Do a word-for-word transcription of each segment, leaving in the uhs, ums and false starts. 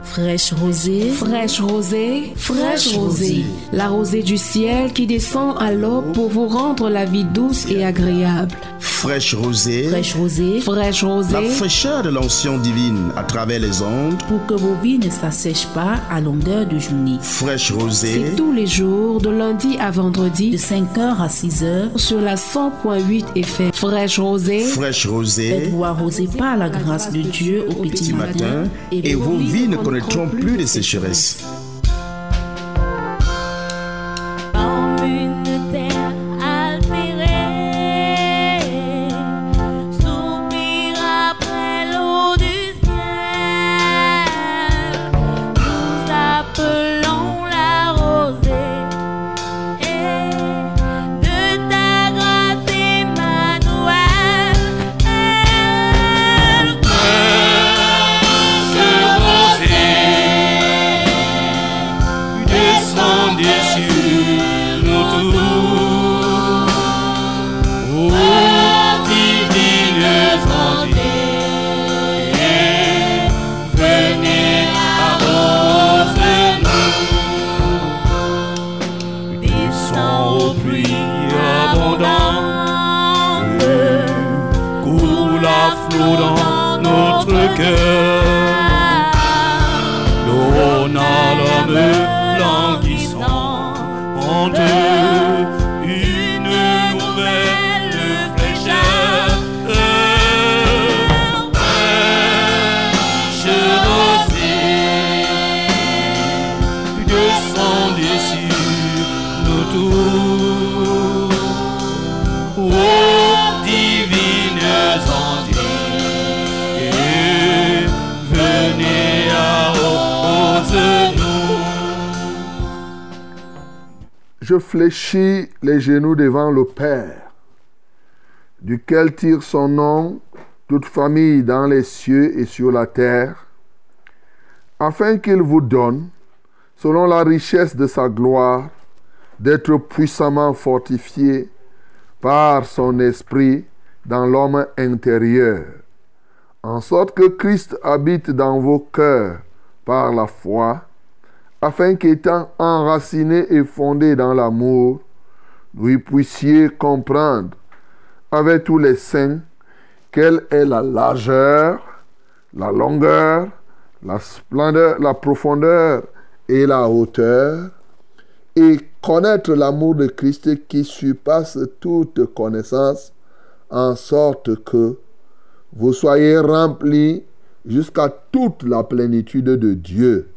Fraîche rosée, fraîche rosée, fraîche rosée. La rosée du ciel qui descend à l'aube pour vous rendre la vie douce et agréable. Fraîche rosée, fraîche rosée, fraîche rosée. La fraîcheur de l'onction divine à travers les ondes. Pour que vos vies ne s'assèchent pas à longueur de journée. Fraîche rosée. C'est tous les jours, de lundi à vendredi, de cinq heures à six heures, sur la cent point huit F M. Fraîche rosée, fraîche rosée. Faites-vous arroser par la grâce de Dieu au petit, petit matin, matin, et, et vos vies ne connaîtront plus de sécheresse. Dans notre cœur, l'eau n'a l'homme languissante, une nouvelle fraîcheur, fraîche rosée, descendez sur nous tous, ô divines ondes. Je fléchis les genoux devant le Père, duquel tire son nom toute famille dans les cieux et sur la terre, afin qu'il vous donne, selon la richesse de sa gloire, d'être puissamment fortifié par son esprit dans l'homme intérieur, en sorte que Christ habite dans vos cœurs par la foi, afin qu'étant enraciné et fondé dans l'amour, vous puissiez comprendre avec tous les saints quelle est la largeur, la longueur, la splendeur, la profondeur et la hauteur, et connaître l'amour de Christ qui surpasse toute connaissance, en sorte que vous soyez remplis jusqu'à toute la plénitude de Dieu.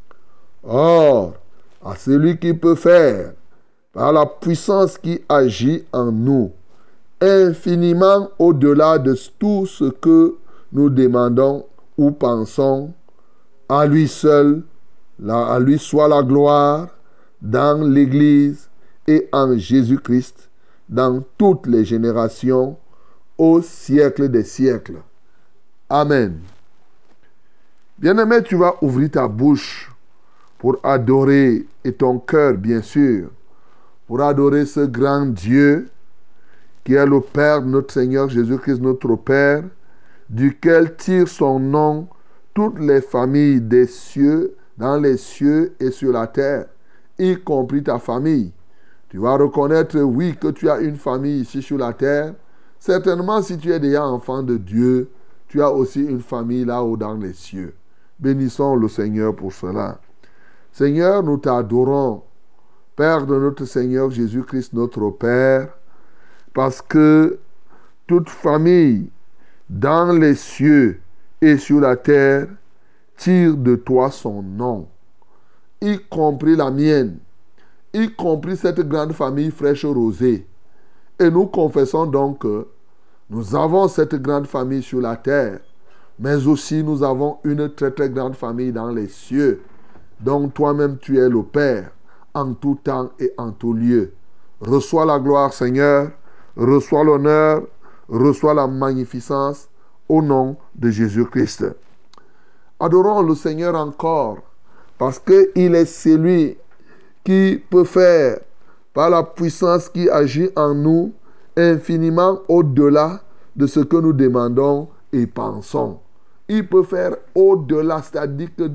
Or, à celui qui peut faire, par la puissance qui agit en nous, infiniment au-delà de tout ce que nous demandons ou pensons, à lui seul, à lui soit la gloire dans l'Église et en Jésus-Christ, dans toutes les générations, au siècle des siècles. Amen. Bien-aimé, tu vas ouvrir ta bouche pour adorer, et ton cœur, bien sûr, pour adorer ce grand Dieu qui est le Père de notre Seigneur Jésus-Christ, notre Père, duquel tire son nom toutes les familles des cieux, dans les cieux et sur la terre, y compris ta famille. Tu vas reconnaître, oui, que tu as une famille ici sur la terre. Certainement, si tu es déjà enfant de Dieu, tu as aussi une famille là-haut dans les cieux. Bénissons le Seigneur pour cela. Seigneur, nous t'adorons, Père de notre Seigneur Jésus-Christ, notre Père, parce que toute famille dans les cieux et sur la terre tire de toi son nom, y compris la mienne, y compris cette grande famille fraîche rosée. Et nous confessons donc que nous avons cette grande famille sur la terre, mais aussi nous avons une très très grande famille dans les cieux. Donc toi-même tu es le Père en tout temps et en tout lieu. Reçois la gloire, Seigneur, reçois l'honneur, reçois la magnificence au nom de Jésus-Christ. Adorons le Seigneur encore, parce qu'il est celui qui peut faire, par la puissance qui agit en nous, infiniment au-delà de ce que nous demandons et pensons. Il peut faire au-delà, c'est-à-dire que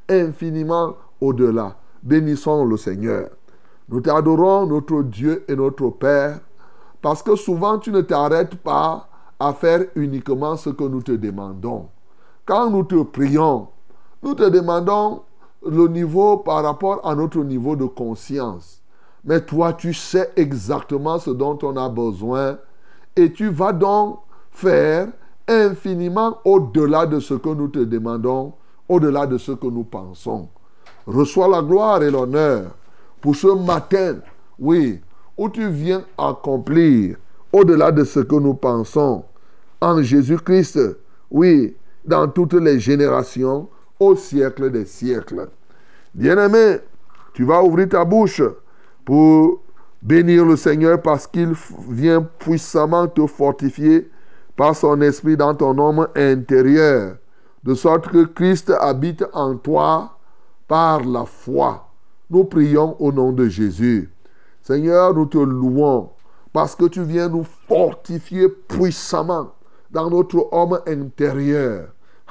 infiniment au-delà. Bénissons le Seigneur. Nous t'adorons, notre Dieu et notre Père, parce que souvent tu ne t'arrêtes pas à faire uniquement ce que nous te demandons. Quand nous te prions, nous te demandons le niveau par rapport à notre niveau de conscience. Mais toi, tu sais exactement ce dont on a besoin et tu vas donc faire infiniment au-delà de ce que nous te demandons, au-delà de ce que nous pensons. Reçois la gloire et l'honneur pour ce matin, oui, où tu viens accomplir au-delà de ce que nous pensons. En Jésus-Christ, oui, dans toutes les générations, au siècle des siècles. Bien-aimé, tu vas ouvrir ta bouche pour bénir le Seigneur parce qu'il vient puissamment te fortifier par son esprit dans ton homme intérieur, de sorte que Christ habite en toi par la foi. Nous prions au nom de Jésus. Seigneur, nous te louons parce que tu viens nous fortifier puissamment dans notre homme intérieur.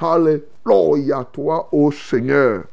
Alléluia, toi, ô Seigneur.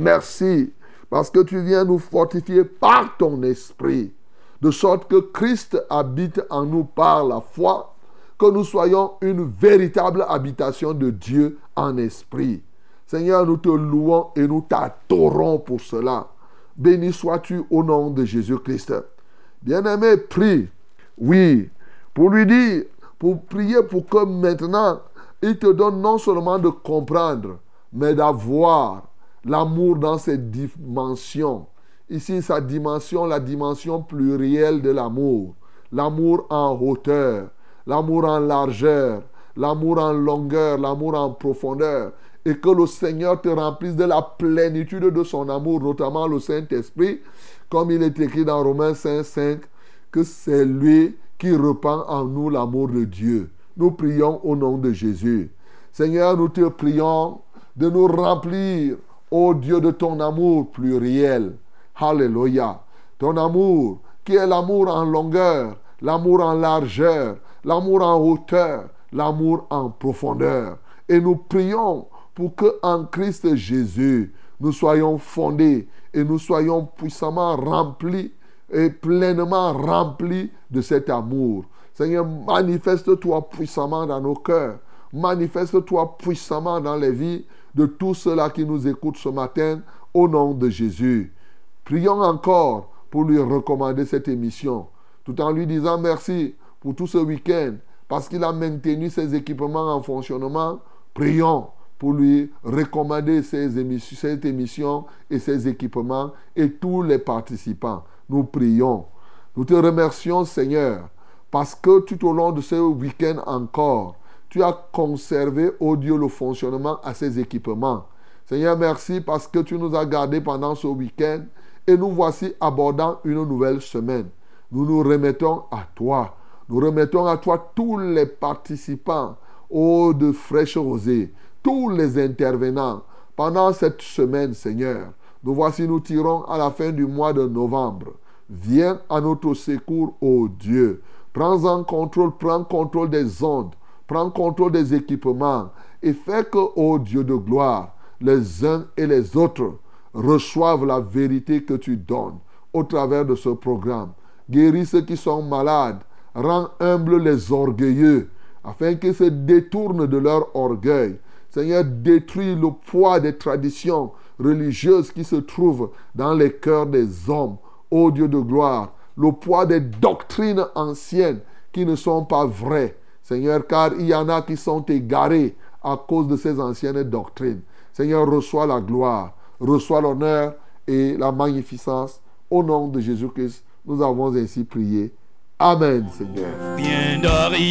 Merci parce que tu viens nous fortifier par ton esprit, de sorte que Christ habite en nous par la foi, que nous soyons une véritable habitation de Dieu en esprit. Seigneur, nous te louons et nous t'adorons pour cela. Béni sois-tu au nom de Jésus-Christ. Bien-aimé, prie. Oui, pour lui dire, pour prier pour que maintenant, il te donne non seulement de comprendre, mais d'avoir l'amour dans ses dimensions. Ici, sa dimension, la dimension plurielle de l'amour. L'amour en hauteur, l'amour en largeur, l'amour en longueur, l'amour en profondeur. Et que le Seigneur te remplisse de la plénitude de son amour, notamment le Saint-Esprit, comme il est écrit dans Romains cinq, cinq, que c'est lui qui repent en nous l'amour de Dieu. Nous prions au nom de Jésus. Seigneur, nous te prions de nous remplir, ô Dieu, de ton amour pluriel. Alléluia. Ton amour, qui est l'amour en longueur, l'amour en largeur, l'amour en hauteur, l'amour en profondeur. Et nous prions pour que en Christ Jésus, nous soyons fondés et nous soyons puissamment remplis et pleinement remplis de cet amour. Seigneur, manifeste-toi puissamment dans nos cœurs. Manifeste-toi puissamment dans les vies de tous ceux-là qui nous écoutent ce matin, au nom de Jésus. Prions encore pour lui recommander cette émission, tout en lui disant merci pour tout ce week-end, parce qu'il a maintenu ses équipements en fonctionnement. Prions pour lui recommander ces émissions, cette émission et ses équipements et tous les participants. Nous prions. Nous te remercions, Seigneur, parce que tout au long de ce week-end encore, tu as conservé, ô Dieu, le fonctionnement à ces équipements. Seigneur, merci parce que tu nous as gardés pendant ce week-end et nous voici abordant une nouvelle semaine. Nous nous remettons à toi. Nous remettons à toi tous les participants, ô de Fraîche Rosée, tous les intervenants pendant cette semaine, Seigneur. Nous voici, nous tirons à la fin du mois de novembre. Viens à notre secours, ô Dieu. Prends en contrôle, prends contrôle des ondes, prends contrôle des équipements et fais que, ô Dieu de gloire, les uns et les autres reçoivent la vérité que tu donnes au travers de ce programme. Guéris ceux qui sont malades, rends humbles les orgueilleux, afin qu'ils se détournent de leur orgueil. Seigneur, détruis le poids des traditions religieuses qui se trouvent dans les cœurs des hommes. Ô Dieu de gloire, le poids des doctrines anciennes qui ne sont pas vraies. Seigneur, car il y en a qui sont égarés à cause de ces anciennes doctrines. Seigneur, reçois la gloire, reçois l'honneur et la magnificence. Au nom de Jésus-Christ, nous avons ainsi prié. Amen, Seigneur. Bien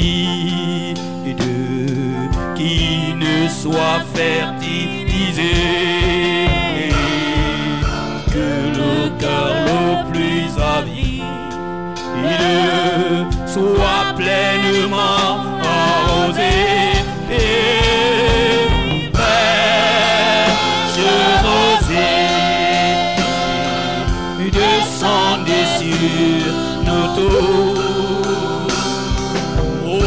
d'Aride qui ne soit fertilisé, que le cœur le plus avide soit pleinement arrosé. Descendez sur nos tours, ô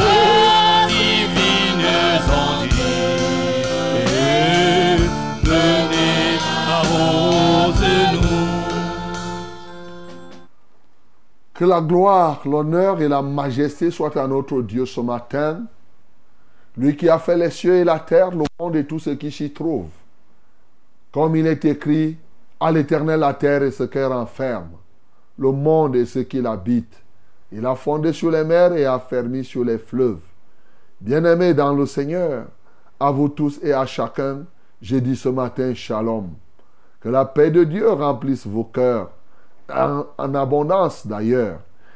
divines enduits, venez expose-nous. Que la gloire, l'honneur et la majesté soient à notre Dieu ce matin, lui qui a fait les cieux et la terre, le monde et tout ce qui s'y trouve. Comme il est écrit, à l'Éternel la terre et ce qu'elle renferme, le monde et ce qu'il habite. Il a fondé sur les mers et a fermé sur les fleuves. Bien-aimés dans le Seigneur, à vous tous et à chacun, j'ai dit ce matin shalom. Que la paix de Dieu remplisse vos cœurs, en, en abondance d'ailleurs,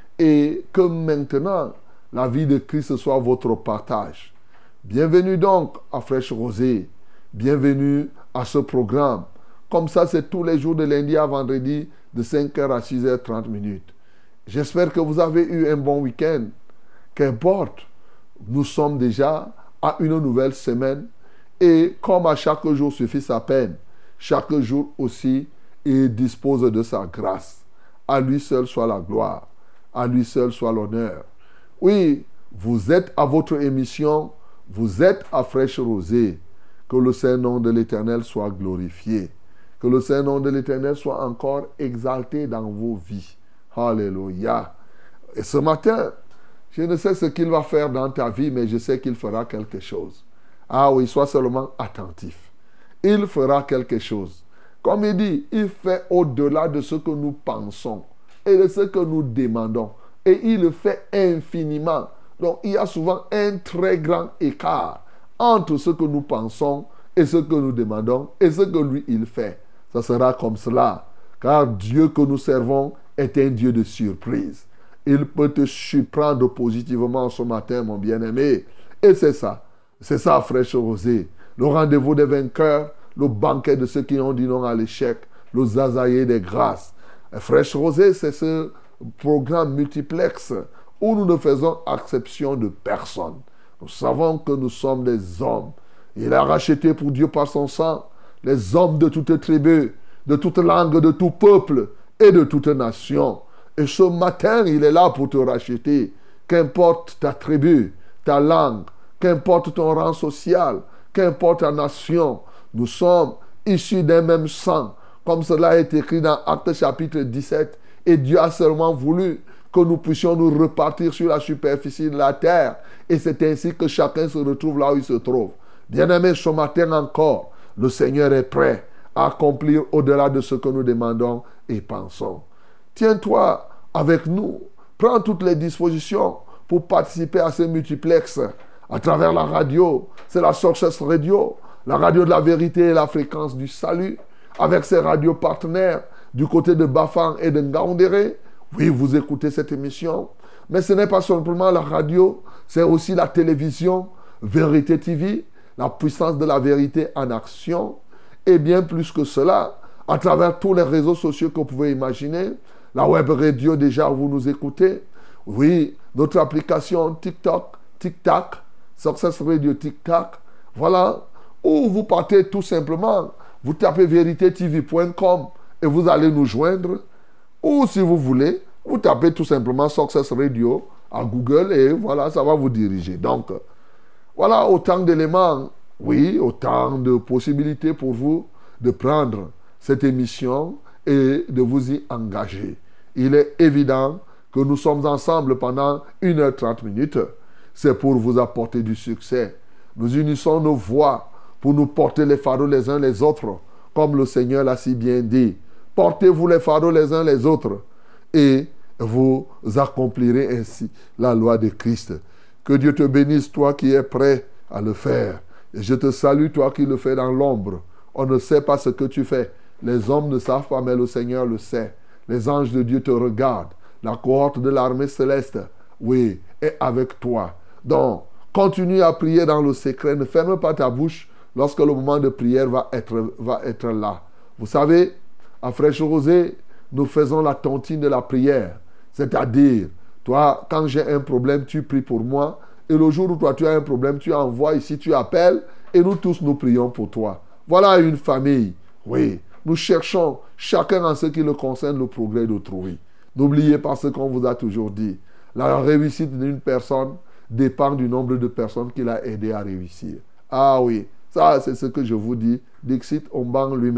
et que maintenant la vie de Christ soit votre partage. Bienvenue donc à Fraîche Rosée, bienvenue à ce programme. Comme ça, c'est tous les jours de lundi à vendredi, de cinq heures à six heures trente minutes. J'espère que vous avez eu un bon week-end. Qu'importe, nous sommes déjà à une nouvelle semaine. Et comme à chaque jour suffit sa peine, chaque jour aussi, il dispose de sa grâce. À lui seul soit la gloire. À lui seul soit l'honneur. Oui, vous êtes à votre émission. Vous êtes à Fraîche Rosée. Que le Saint-Nom de l'Éternel soit glorifié. Que le Saint-Nom de l'Éternel soit encore exalté dans vos vies. Alléluia. Et ce matin, je ne sais ce qu'il va faire dans ta vie, mais je sais qu'il fera quelque chose. Ah oui, sois seulement attentif. Il fera quelque chose. Comme il dit, il fait au-delà de ce que nous pensons et de ce que nous demandons. Et il le fait infiniment. Donc, il y a souvent un très grand écart entre ce que nous pensons et ce que nous demandons et ce que lui, il fait. Ça sera comme cela. Car Dieu que nous servons est un Dieu de surprise. Il peut te surprendre positivement ce matin, mon bien-aimé. Et c'est ça. C'est ça, Fraîche Rosée. Le rendez-vous des vainqueurs, le banquet de ceux qui ont dit non à l'échec, le zazaïe des grâces. Fraîche Rosée, c'est ce programme multiplexe où nous ne faisons exception de personne. Nous savons que nous sommes des hommes. Il a racheté pour Dieu par son sang les hommes de toute tribu, de toute langue, de tout peuple et de toute nation. Et ce matin, il est là pour te racheter. Qu'importe ta tribu, ta langue, qu'importe ton rang social, qu'importe ta nation, nous sommes issus d'un même sang. Comme cela est écrit dans Actes chapitre dix-sept. Et Dieu a seulement voulu que nous puissions nous repartir sur la superficie de la terre. Et c'est ainsi que chacun se retrouve là où il se trouve. Bien-aimés, ce matin encore, le Seigneur est prêt à accomplir au-delà de ce que nous demandons et pensons. Tiens-toi avec nous. Prends toutes les dispositions pour participer à ce multiplex à travers la radio. C'est la Success Radio, la radio de la vérité et la fréquence du salut, avec ses radios partenaires du côté de Bafang et de Ngaoundéré. Oui, vous écoutez cette émission. Mais ce n'est pas simplement la radio, c'est aussi la télévision, Vérité T V, la puissance de la vérité en action. Et bien plus que cela, à travers tous les réseaux sociaux que vous pouvez imaginer, la web radio déjà où vous nous écoutez, oui, notre application TikTok, TikTok, Success Radio TikTok, voilà, où vous partez tout simplement, vous tapez vérité t v point com et vous allez nous joindre, ou si vous voulez, vous tapez tout simplement Success Radio à Google et voilà, ça va vous diriger. Donc, voilà autant d'éléments, oui, autant de possibilités pour vous de prendre cette émission et de vous y engager. Il est évident que nous sommes ensemble pendant une heure trente minutes. C'est pour vous apporter du succès. Nous unissons nos voix pour nous porter les fardeaux les uns les autres, comme le Seigneur l'a si bien dit. Portez-vous les fardeaux les uns les autres et vous accomplirez ainsi la loi de Christ. Que Dieu te bénisse, toi qui es prêt à le faire. Et je te salue, toi qui le fais dans l'ombre. On ne sait pas ce que tu fais. Les hommes ne savent pas, mais le Seigneur le sait. Les anges de Dieu te regardent. La cohorte de l'armée céleste, oui, est avec toi. Donc, continue à prier dans le secret. Ne ferme pas ta bouche lorsque le moment de prière va être, va être là. Vous savez, à Fraîche Rosée, nous faisons la tontine de la prière. C'est-à-dire, toi, quand j'ai un problème, tu pries pour moi. Et le jour où toi, tu as un problème, tu envoies ici, tu appelles. Et nous tous, nous prions pour toi. Voilà une famille. Oui, nous cherchons chacun en ce qui le concerne le progrès d'autrui. N'oubliez pas ce qu'on vous a toujours dit. La réussite d'une personne dépend du nombre de personnes qu'il a aidé à réussir. Ah oui, ça c'est ce que je vous dis. Dixit Omban lui-même.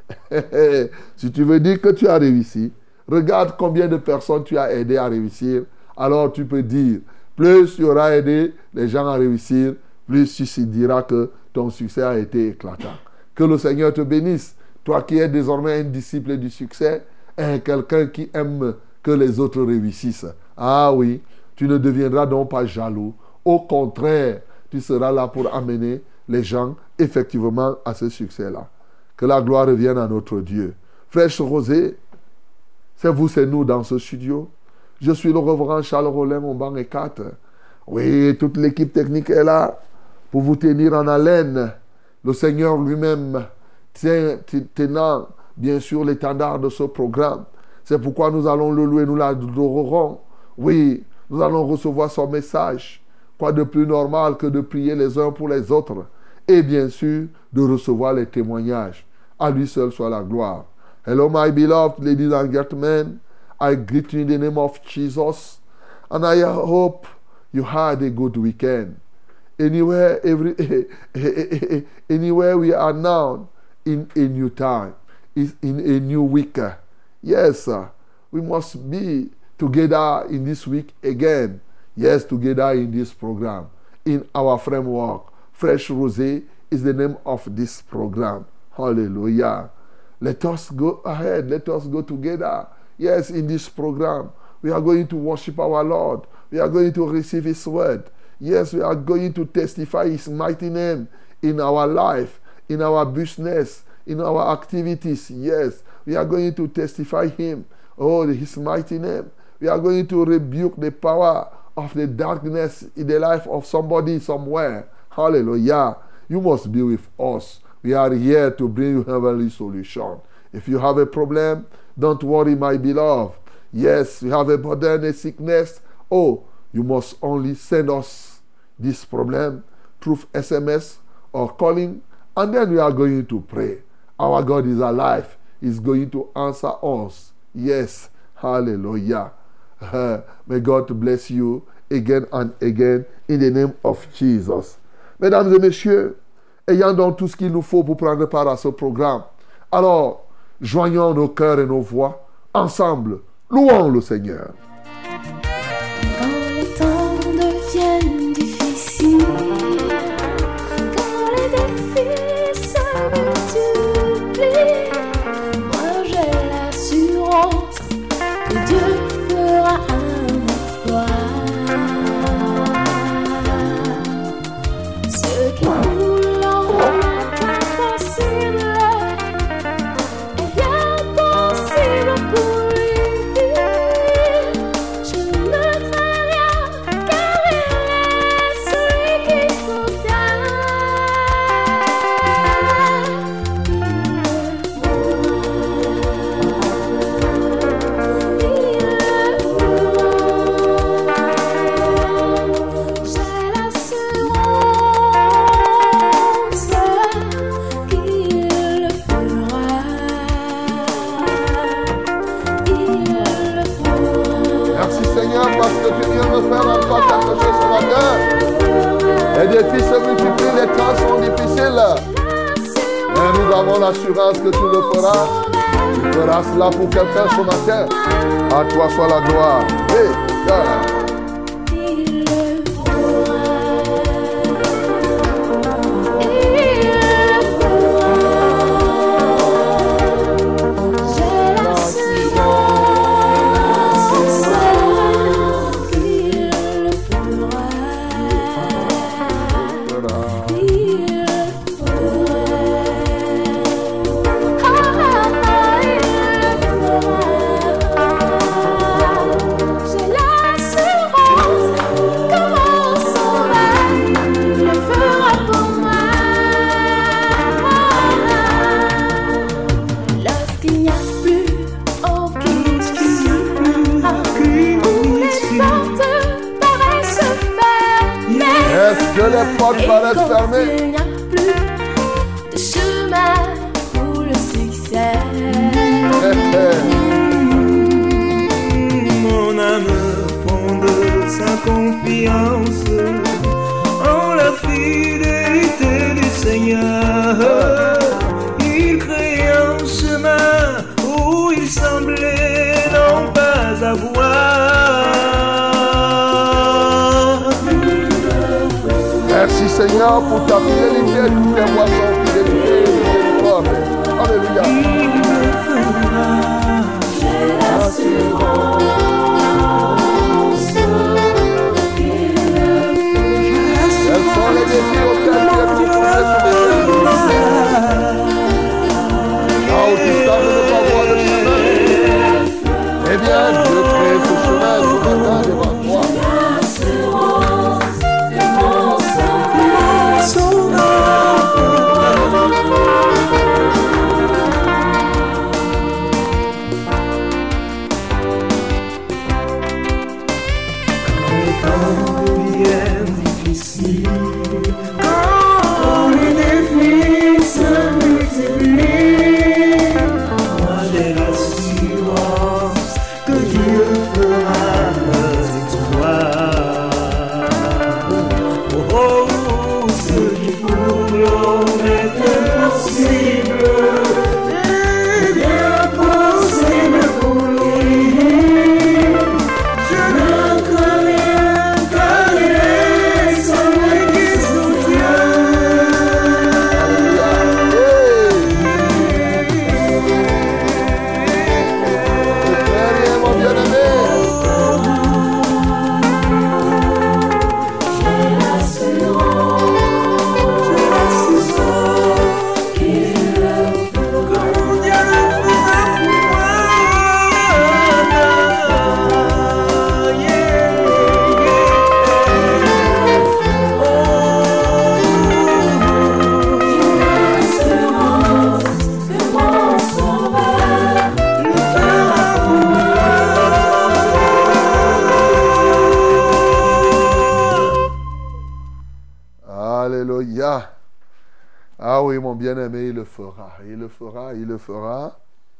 Si tu veux dire que tu as réussi, regarde combien de personnes tu as aidé à réussir. Alors tu peux dire, plus tu auras aidé les gens à réussir, plus tu se diras que ton succès a été éclatant. Que le Seigneur te bénisse. Toi qui es désormais un disciple du succès, et quelqu'un qui aime que les autres réussissent. Ah oui, tu ne deviendras donc pas jaloux. Au contraire, tu seras là pour amener les gens effectivement à ce succès-là. Que la gloire revienne à notre Dieu. Fraîche Rosée, c'est vous, c'est nous dans ce studio. Je suis le reverend Charles Rollin, mon banc est quatre. Oui, toute l'équipe technique est là pour vous tenir en haleine. Le Seigneur lui-même tient, tenant bien sûr l'étendard de ce programme. C'est pourquoi nous allons le louer, nous l'adorerons. Oui, nous allons recevoir son message. Quoi de plus normal que de prier les uns pour les autres et bien sûr de recevoir les témoignages. À lui seul soit la gloire. Hello my beloved ladies and gentlemen. I greet you in the name of Jesus and I hope you had a good weekend. Anywhere, every, anywhere we are now in a new time, is in a new week. Yes, sir. We must be together in this week again. Yes, together in this program, in our framework. Fresh Rosée is the name of this program. Hallelujah. Let us go ahead. Let us go together. Yes, in this program, we are going to worship our Lord. We are going to receive His word. Yes, we are going to testify His mighty name in our life, in our business, in our activities. Yes, we are going to testify Him. Oh, His mighty name. We are going to rebuke the power of the darkness in the life of somebody somewhere. Hallelujah. You must be with us. We are here to bring you heavenly solution. If you have a problem, don't worry, my beloved. Yes, you have a burden, a sickness. Oh, you must only send us this problem through S M S or calling, and then we are going to pray. Our God is alive. He's going to answer us. Yes. Hallelujah. Uh, may God bless you again and again in the name of Jesus. Mesdames et messieurs, ayant donc tout ce qu'il nous faut pour prendre part à ce programme, alors joignons nos cœurs et nos voix ensemble. Louons le Seigneur. Quand les temps deviennent difficiles, quand les défis se multiplient, moi j'ai l'assurance que Dieu fera un exploit. Ce qui nous l'ont impossible est bien possible pour lui. Je ne crains rien car il est celui qui soutient. Parce que tu viens me faire encore quelque chose ce matin. Les défis se multiplient, les temps sont difficiles. Mais nous avons l'assurance que tu le feras. Tu feras cela pour quelqu'un ce matin. À toi soit la gloire. Hey, God. Les portes paraissent fermées. Il n'y a plus de chemin pour le succès. Mon âme fonde sa confiance en la fidélité du Seigneur. Il crée en ce Seigneur pour ta fidélité, toutes tes voies sont fidélité et miséricorde. Alléluia. J'ai l'assurance qu'il le fera. Quels sont les défis auxquels tu es confronté sur les chemins? Là où tu sens de ne pas voir le chemin, eh bien, Dieu crée ce chemin ce matin devant toi. L'assurance de mon sauveur. Quand les défis se multiplient, moi j'ai l'assurance que Dieu fera l'exploit. Oh, oh, ce qui pour l'homme est impossible est bien possible pour lui. Je ne crains rien car il est celui qui soutient. Frère, mon bien-aimé. J'ai l'assurance qu'il le fera. Dieu le fera pour moi. Yeah, L'assurance de mon sauveur le fera pour Alléluia. Ah oui, mon bien-aimé, il le fera. Il le fera, il le fera.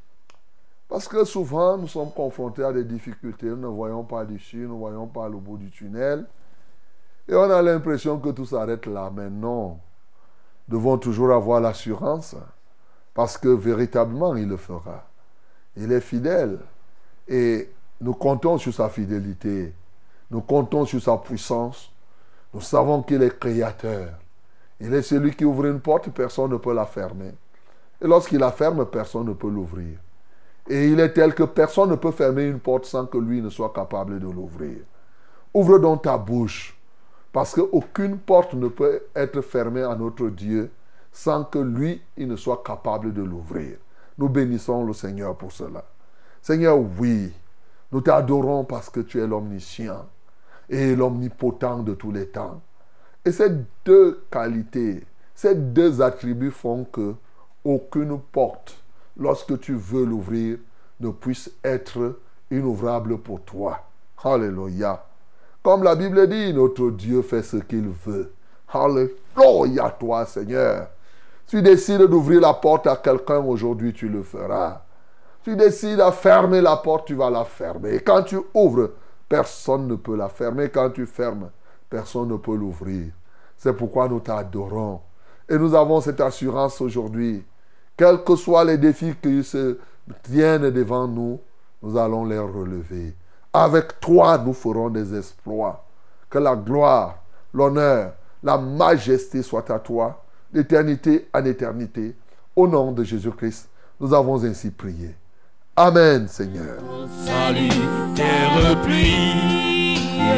Parce que souvent, nous sommes confrontés à des difficultés. Nous ne voyons pas d'issue, nous ne voyons pas le bout du tunnel. Et on a l'impression que tout s'arrête là. Mais non. Nous devons toujours avoir l'assurance. Parce que véritablement, il le fera. Il est fidèle. Et nous comptons sur sa fidélité. Nous comptons sur sa puissance. Nous savons qu'il est créateur. Il est celui qui ouvre une porte, personne ne peut la fermer. Et lorsqu'il la ferme, personne ne peut l'ouvrir. Et il est tel que personne ne peut fermer une porte sans que lui ne soit capable de l'ouvrir. Ouvre donc ta bouche, parce qu'aucune porte ne peut être fermée à notre Dieu sans que lui, il ne soit capable de l'ouvrir. Nous bénissons le Seigneur pour cela. Seigneur, oui, nous t'adorons parce que tu es l'omniscient et l'omnipotent de tous les temps. Et ces deux qualités, ces deux attributs font que aucune porte, lorsque tu veux l'ouvrir, ne puisse être inouvrable pour toi. Alléluia. Comme la Bible dit, notre Dieu fait ce qu'il veut. Alléluia, toi, Seigneur. Si tu décides d'ouvrir la porte à quelqu'un aujourd'hui, tu le feras. Si tu décides de fermer la porte, tu vas la fermer. Et quand tu ouvres, personne ne peut la fermer. Quand tu fermes, personne ne peut l'ouvrir. C'est pourquoi nous t'adorons. Et nous avons cette assurance aujourd'hui. Quels que soient les défis qui se tiennent devant nous, nous allons les relever. Avec toi, nous ferons des exploits. Que la gloire, l'honneur, la majesté soient à toi, d'éternité en éternité. Au nom de Jésus-Christ, nous avons ainsi prié. Amen, Seigneur. Salut, terre pluie,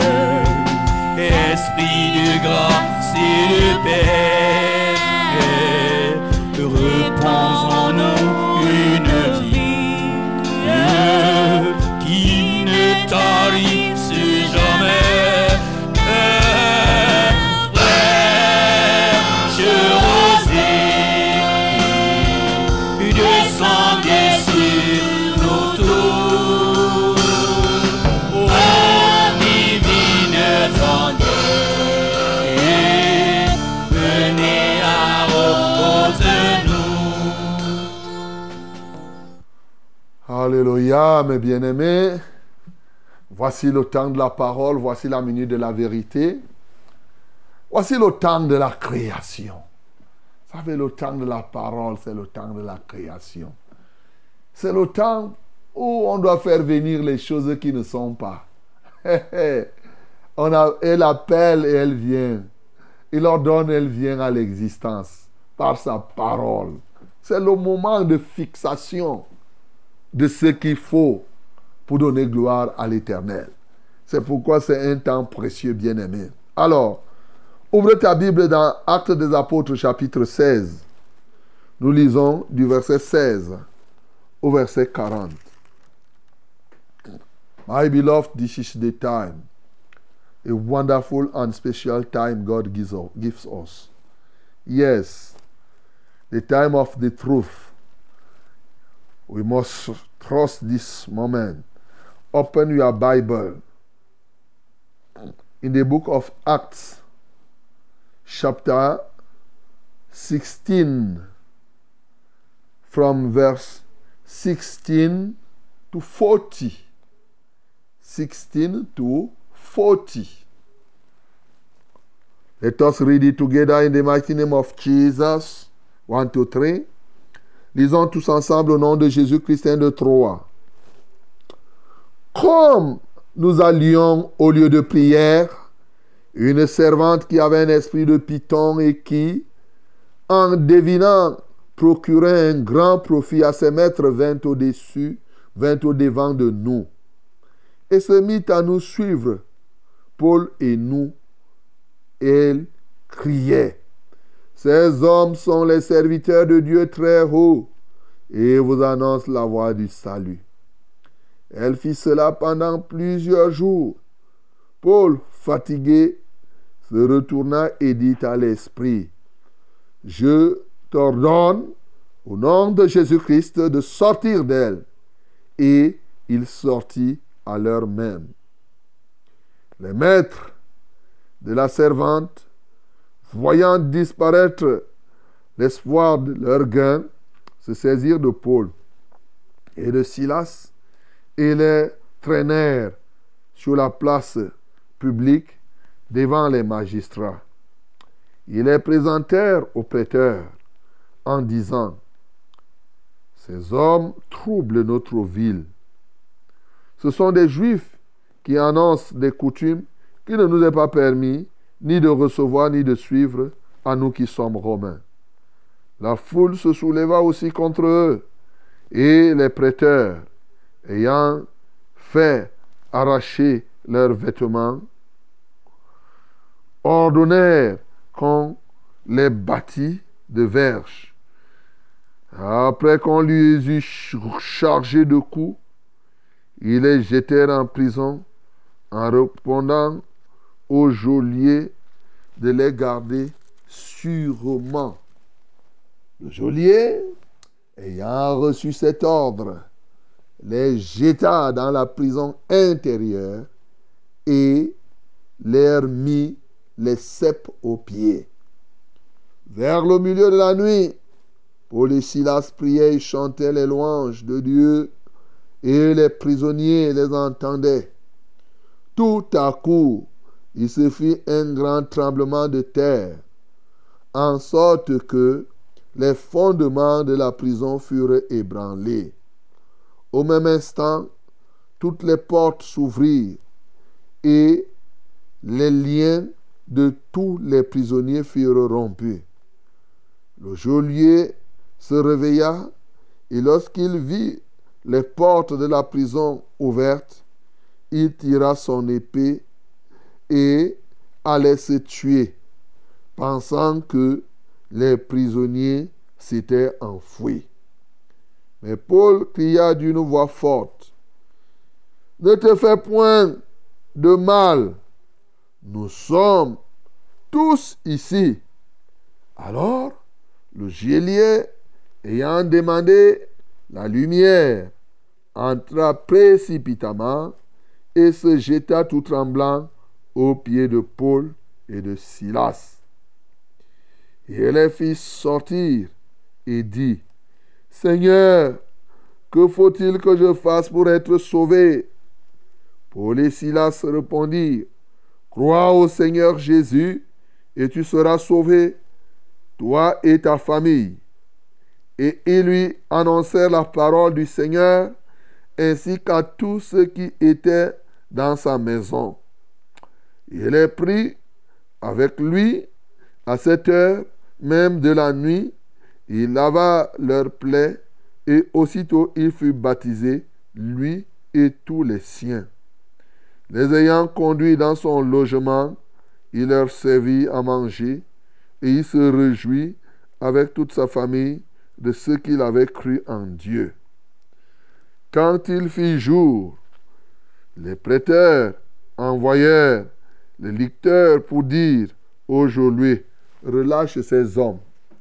esprit de grâce et de paix, repose en nous une vie qui ne tarisse jamais. Frère, je rosée, descendez sur nos tours, ô divine tendresse, venez à reposer nous. Alléluia, mes bien-aimés. Voici le temps de la parole, voici la minute de la vérité. Voici le temps de la création. Vous savez, le temps de la parole, c'est le temps de la création. C'est le temps où on doit faire venir les choses qui ne sont pas. On a, elle appelle et elle vient. il ordonne, elle vient à l'existence par sa parole. C'est le moment de fixation de ce qu'il faut pour donner gloire à l'Éternel. C'est pourquoi c'est un temps précieux, bien-aimé. Alors, ouvre ta Bible dans Actes des Apôtres, chapitre seize. Nous lisons du verset seize au verset quarante. My beloved, this is the time, a wonderful and special time God gives gives us. Yes, the time of the truth. We must trust this moment. Open your Bible in the book of Acts, chapter sixteen, from verse sixteen to forty. sixteen to forty. Let us read it together in the mighty name of Jesus. One, two, three. Lisons tous ensemble au nom de Jésus-Christ de Troie. Comme nous allions au lieu de prière, une servante qui avait un esprit de python et qui, en devinant, procurait un grand profit à ses maîtres, vint au-dessus, vint au-devant de nous, et se mit à nous suivre, Paul et nous. Elle criait: ces hommes sont les serviteurs de Dieu très haut, et vous annoncent la voie du salut. Elle fit cela pendant plusieurs jours. Paul, fatigué, se retourna et dit à l'esprit: je t'ordonne, au nom de Jésus-Christ, de sortir d'elle. Et il sortit à l'heure même. Les maîtres de la servante, voyant disparaître l'espoir de leur gain, se saisirent de Paul et de Silas et les traînèrent sur la place publique devant les magistrats. Ils les présentèrent aux prêteurs en disant: ces hommes troublent notre ville. Ce sont des Juifs qui annoncent des coutumes qu'il ne nous est pas permis ni de recevoir ni de suivre à nous qui sommes Romains. La foule se souleva aussi contre eux, et les prêteurs, ayant fait arracher leurs vêtements, ordonnèrent qu'on les bâtît de verges. Après qu'on lui eut chargé de coups, ils les jetèrent en prison en répondant au geôlier de les garder sûrement. Le geôlier, ayant reçu cet ordre, les jeta dans la prison intérieure et leur mit les ceps aux pieds. Vers le milieu de la nuit, Paul et Silas priaient et chantaient les louanges de Dieu, et les prisonniers les entendaient. Tout à coup, il se fit un grand tremblement de terre, en sorte que les fondements de la prison furent ébranlés. Au même instant, toutes les portes s'ouvrirent et les liens de tous les prisonniers furent rompus. Le geôlier se réveilla et lorsqu'il vit les portes de la prison ouvertes, il tira son épée et allait se tuer, pensant que les prisonniers s'étaient enfuis. Mais Paul cria d'une voix forte: ne te fais point de mal, nous sommes tous ici. Alors, le geôlier, ayant demandé la lumière, entra précipitamment et se jeta tout tremblant aux pieds de Paul et de Silas. Et les fit sortir et dit: Seigneur, que faut-il que je fasse pour être sauvé? Paul et Silas répondirent: Crois au Seigneur Jésus et tu seras sauvé, toi et ta famille. Et ils lui annoncèrent la parole du Seigneur ainsi qu'à tous ceux qui étaient dans sa maison. Il les prit avec lui À cette heure même de la nuit, il lava leurs plaies et aussitôt il fut baptisé, lui et tous les siens. Les ayant conduits dans son logement, il leur servit à manger et il se réjouit avec toute sa famille de ce qu'il avait cru en Dieu. Quand il fit jour, les prêteurs envoyèrent les licteurs pour dire au geôlier, relâche ces hommes.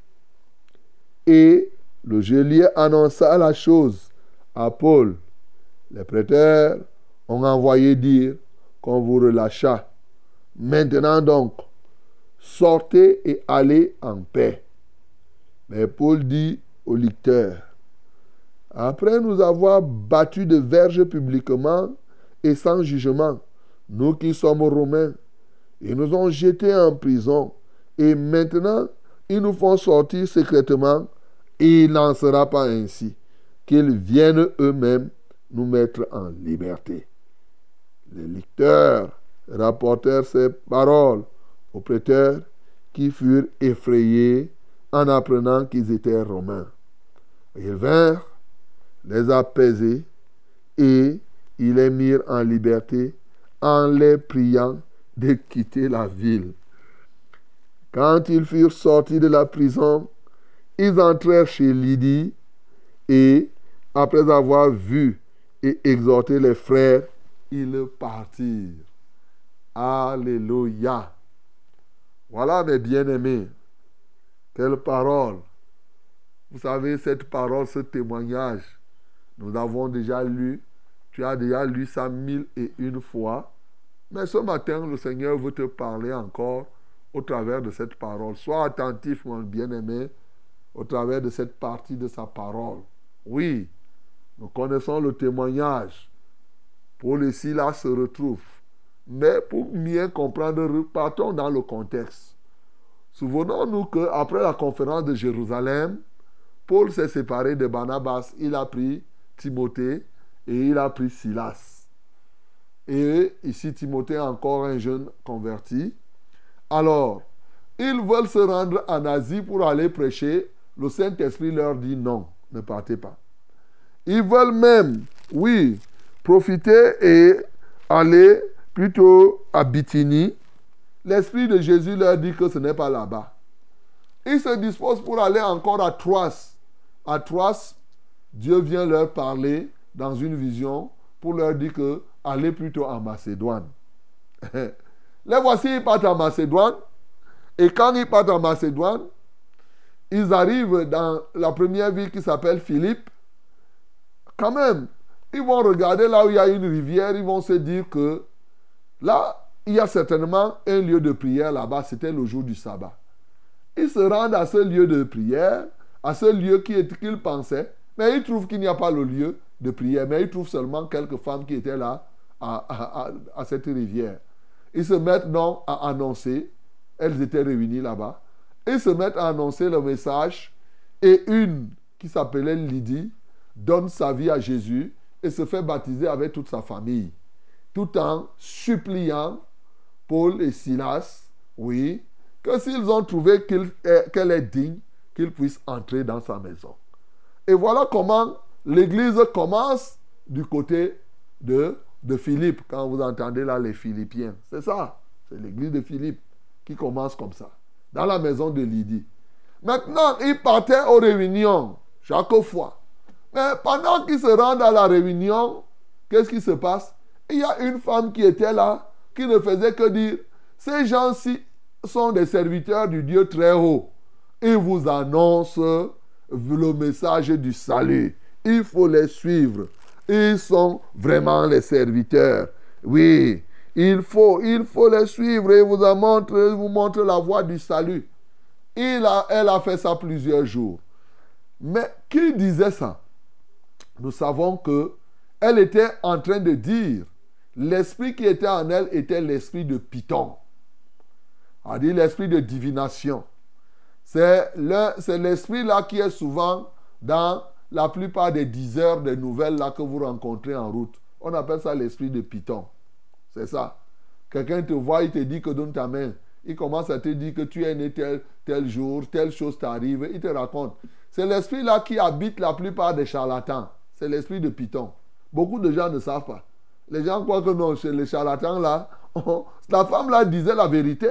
Et le geôlier annonça la chose à Paul. Les prêteurs ont envoyé dire qu'on vous relâcha. Maintenant donc, sortez et allez en paix. Mais Paul dit au licteur, après nous avoir battus de verges publiquement et sans jugement, nous qui sommes romains, ils nous ont jetés en prison et maintenant ils nous font sortir secrètement et il n'en sera pas ainsi, qu'ils viennent eux-mêmes nous mettre en liberté. Les licteurs rapportèrent ces paroles aux prêteurs qui furent effrayés en apprenant qu'ils étaient romains. Ils vinrent les apaiser et ils les mirent en liberté en les priant de quitter la ville. Quand ils furent sortis de la prison, ils entrèrent chez Lydie et, après avoir vu et exhorté les frères, ils partirent. Alléluia. Voilà mes bien-aimés. Quelle parole. Vous savez, cette parole, ce témoignage, nous avons déjà lu. Tu as déjà lu ça mille et une fois. Mais ce matin, le Seigneur veut te parler encore au travers de cette parole. Sois attentif, mon bien-aimé, au travers de cette partie de sa parole. Oui, nous connaissons le témoignage. Paul et Silas se retrouvent. Mais pour mieux comprendre, partons dans le contexte. Souvenons-nous qu'après la conférence de Jérusalem, Paul s'est séparé de Barnabas. Il a pris Timothée et il a pris Silas. Et ici, Timothée est encore un jeune converti. Alors, ils veulent se rendre en Asie pour aller prêcher. Le Saint-Esprit leur dit non, ne partez pas. Ils veulent même, oui, profiter et aller plutôt à Bithynie. L'Esprit de Jésus leur dit que ce n'est pas là-bas. Ils se disposent pour aller encore à Troas. À Troas, Dieu vient leur parler dans une vision pour leur dire que allez plutôt en Macédoine. Les voici, ils partent en Macédoine. Et quand ils partent en Macédoine, ils arrivent dans la première ville qui s'appelle Philippe. Quand même, ils vont regarder là où il y a une rivière, ils vont se dire que là, il y a certainement un lieu de prière là-bas, c'était le jour du sabbat. Ils se rendent à ce lieu de prière, à ce lieu qu'ils pensaient, mais ils trouvent qu'il n'y a pas le lieu de prière, mais ils trouvent seulement quelques femmes qui étaient là à, à, à, à cette rivière. Ils se mettent donc à annoncer, elles étaient réunies là-bas, ils se mettent à annoncer le message et une qui s'appelait Lydie donne sa vie à Jésus et se fait baptiser avec toute sa famille, tout en suppliant Paul et Silas, oui, que s'ils ont trouvé qu'il est, qu'elle est digne, qu'ils puissent entrer dans sa maison. Et voilà comment l'église commence du côté de, de Philippe, quand vous entendez là les Philippiens. C'est ça, c'est l'église de Philippe qui commence comme ça, dans la maison de Lydie. Maintenant, ils partaient aux réunions, chaque fois. Mais pendant qu'ils se rendent à la réunion, qu'est-ce qui se passe? Il y a une femme qui était là, qui ne faisait que dire, ces gens-ci sont des serviteurs du Dieu très haut. Ils vous annoncent le message du salut. Il faut les suivre. Ils sont vraiment les serviteurs. Oui, il faut, il faut les suivre et vous montre, vous montre la voie du salut. Il a, elle a fait ça plusieurs jours. Mais qui disait ça? Nous savons que elle était en train de dire, l'esprit qui était en elle était l'esprit de Python. C'est-à-dire l'esprit de divination. C'est, le, c'est l'esprit là qui est souvent dans la plupart des diseurs des nouvelles là que vous rencontrez en route. On appelle ça l'esprit de Python. C'est ça. Quelqu'un te voit, il te dit que donne ta main. il commence à te dire que tu es né tel, tel jour, telle chose t'arrive, il te raconte. C'est l'esprit là qui habite la plupart des charlatans. C'est l'esprit de Python. Beaucoup de gens ne savent pas. Les gens croient que non, chez les charlatans là, oh, la femme là disait la vérité,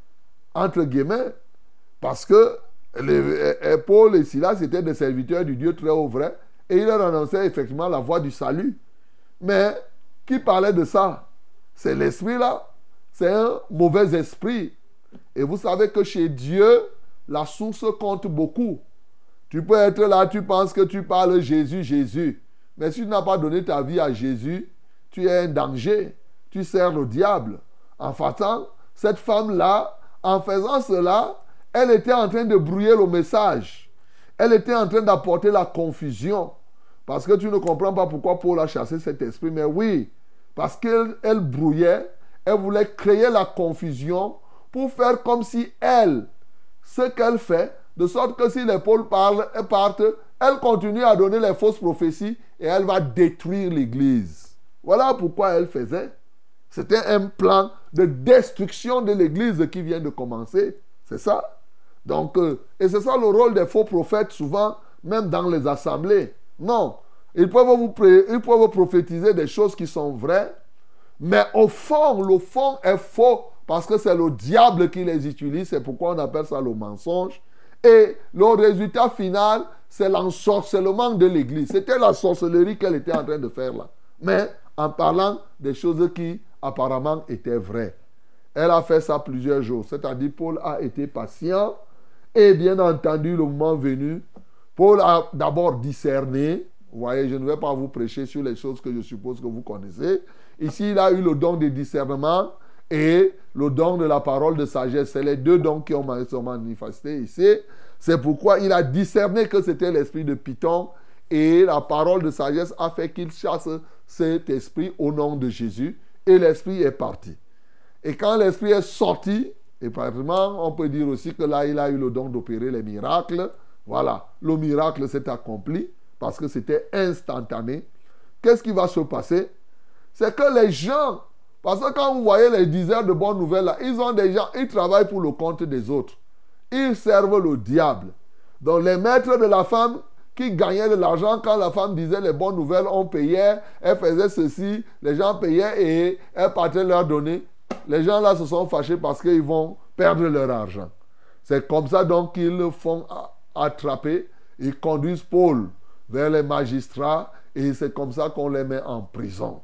entre guillemets, parce que les, et Paul et Silas étaient des serviteurs du Dieu très haut vrai, et ils leur annonçaient effectivement la voie du salut. Mais qui parlait de ça? C'est l'esprit là. C'est un mauvais esprit. Et vous savez que chez Dieu, la source compte beaucoup. Tu peux être là, tu penses que tu parles Jésus, Jésus. Mais si tu n'as pas donné ta vie à Jésus, tu es un danger. Tu sers le diable. En faisant, cette femme-là, en faisant cela, elle était en train de brouiller le message. Elle était en train d'apporter la confusion. Parce que tu ne comprends pas pourquoi Paul a chassé cet esprit. Mais oui, parce qu'elle elle brouillait, elle voulait créer la confusion pour faire comme si elle, ce qu'elle fait, de sorte que si les Paul parlent et partent, elle continue à donner les fausses prophéties et elle va détruire l'église. Voilà pourquoi elle faisait. C'était un plan de destruction de l'église qui vient de commencer. C'est ça. Donc, euh, et c'est ça le rôle des faux prophètes, souvent, même dans les assemblées. Non. Ils peuvent vous, pré- ils peuvent vous prophétiser des choses qui sont vraies, mais au fond, le fond est faux parce que c'est le diable qui les utilise. C'est pourquoi on appelle ça le mensonge. Et le résultat final, c'est l'ensorcellement de l'église. C'était la sorcellerie qu'elle était en train de faire là. Mais en parlant des choses qui apparemment étaient vraies. Elle a fait ça plusieurs jours. C'est-à-dire Paul a été patient. Et bien entendu, le moment venu, Paul a d'abord discerné. Vous voyez, je ne vais pas vous prêcher sur les choses que je suppose que vous connaissez. Ici, il a eu le don de discernement et le don de la parole de sagesse. C'est les deux dons qui ont manifesté ici. C'est pourquoi il a discerné que c'était l'esprit de Python et la parole de sagesse a fait qu'il chasse cet esprit au nom de Jésus et l'esprit est parti. Et quand l'esprit est sorti, et pratiquement, on peut dire aussi que là, il a eu le don d'opérer les miracles. Voilà, le miracle s'est accompli parce que c'était instantané. Qu'est-ce qui va se passer? C'est que les gens, parce que quand vous voyez les diseurs de bonnes nouvelles, là, ils ont des gens, ils travaillent pour le compte des autres. Ils servent le diable. Donc les maîtres de la femme qui gagnaient de l'argent quand la femme disait les bonnes nouvelles, on payait, elle faisait ceci, les gens payaient et elle partait leur donner. Les gens là se sont fâchés parce qu'ils vont perdre leur argent. C'est comme ça donc qu'ils font attraper, ils conduisent Paul vers les magistrats et c'est comme ça qu'on les met en prison.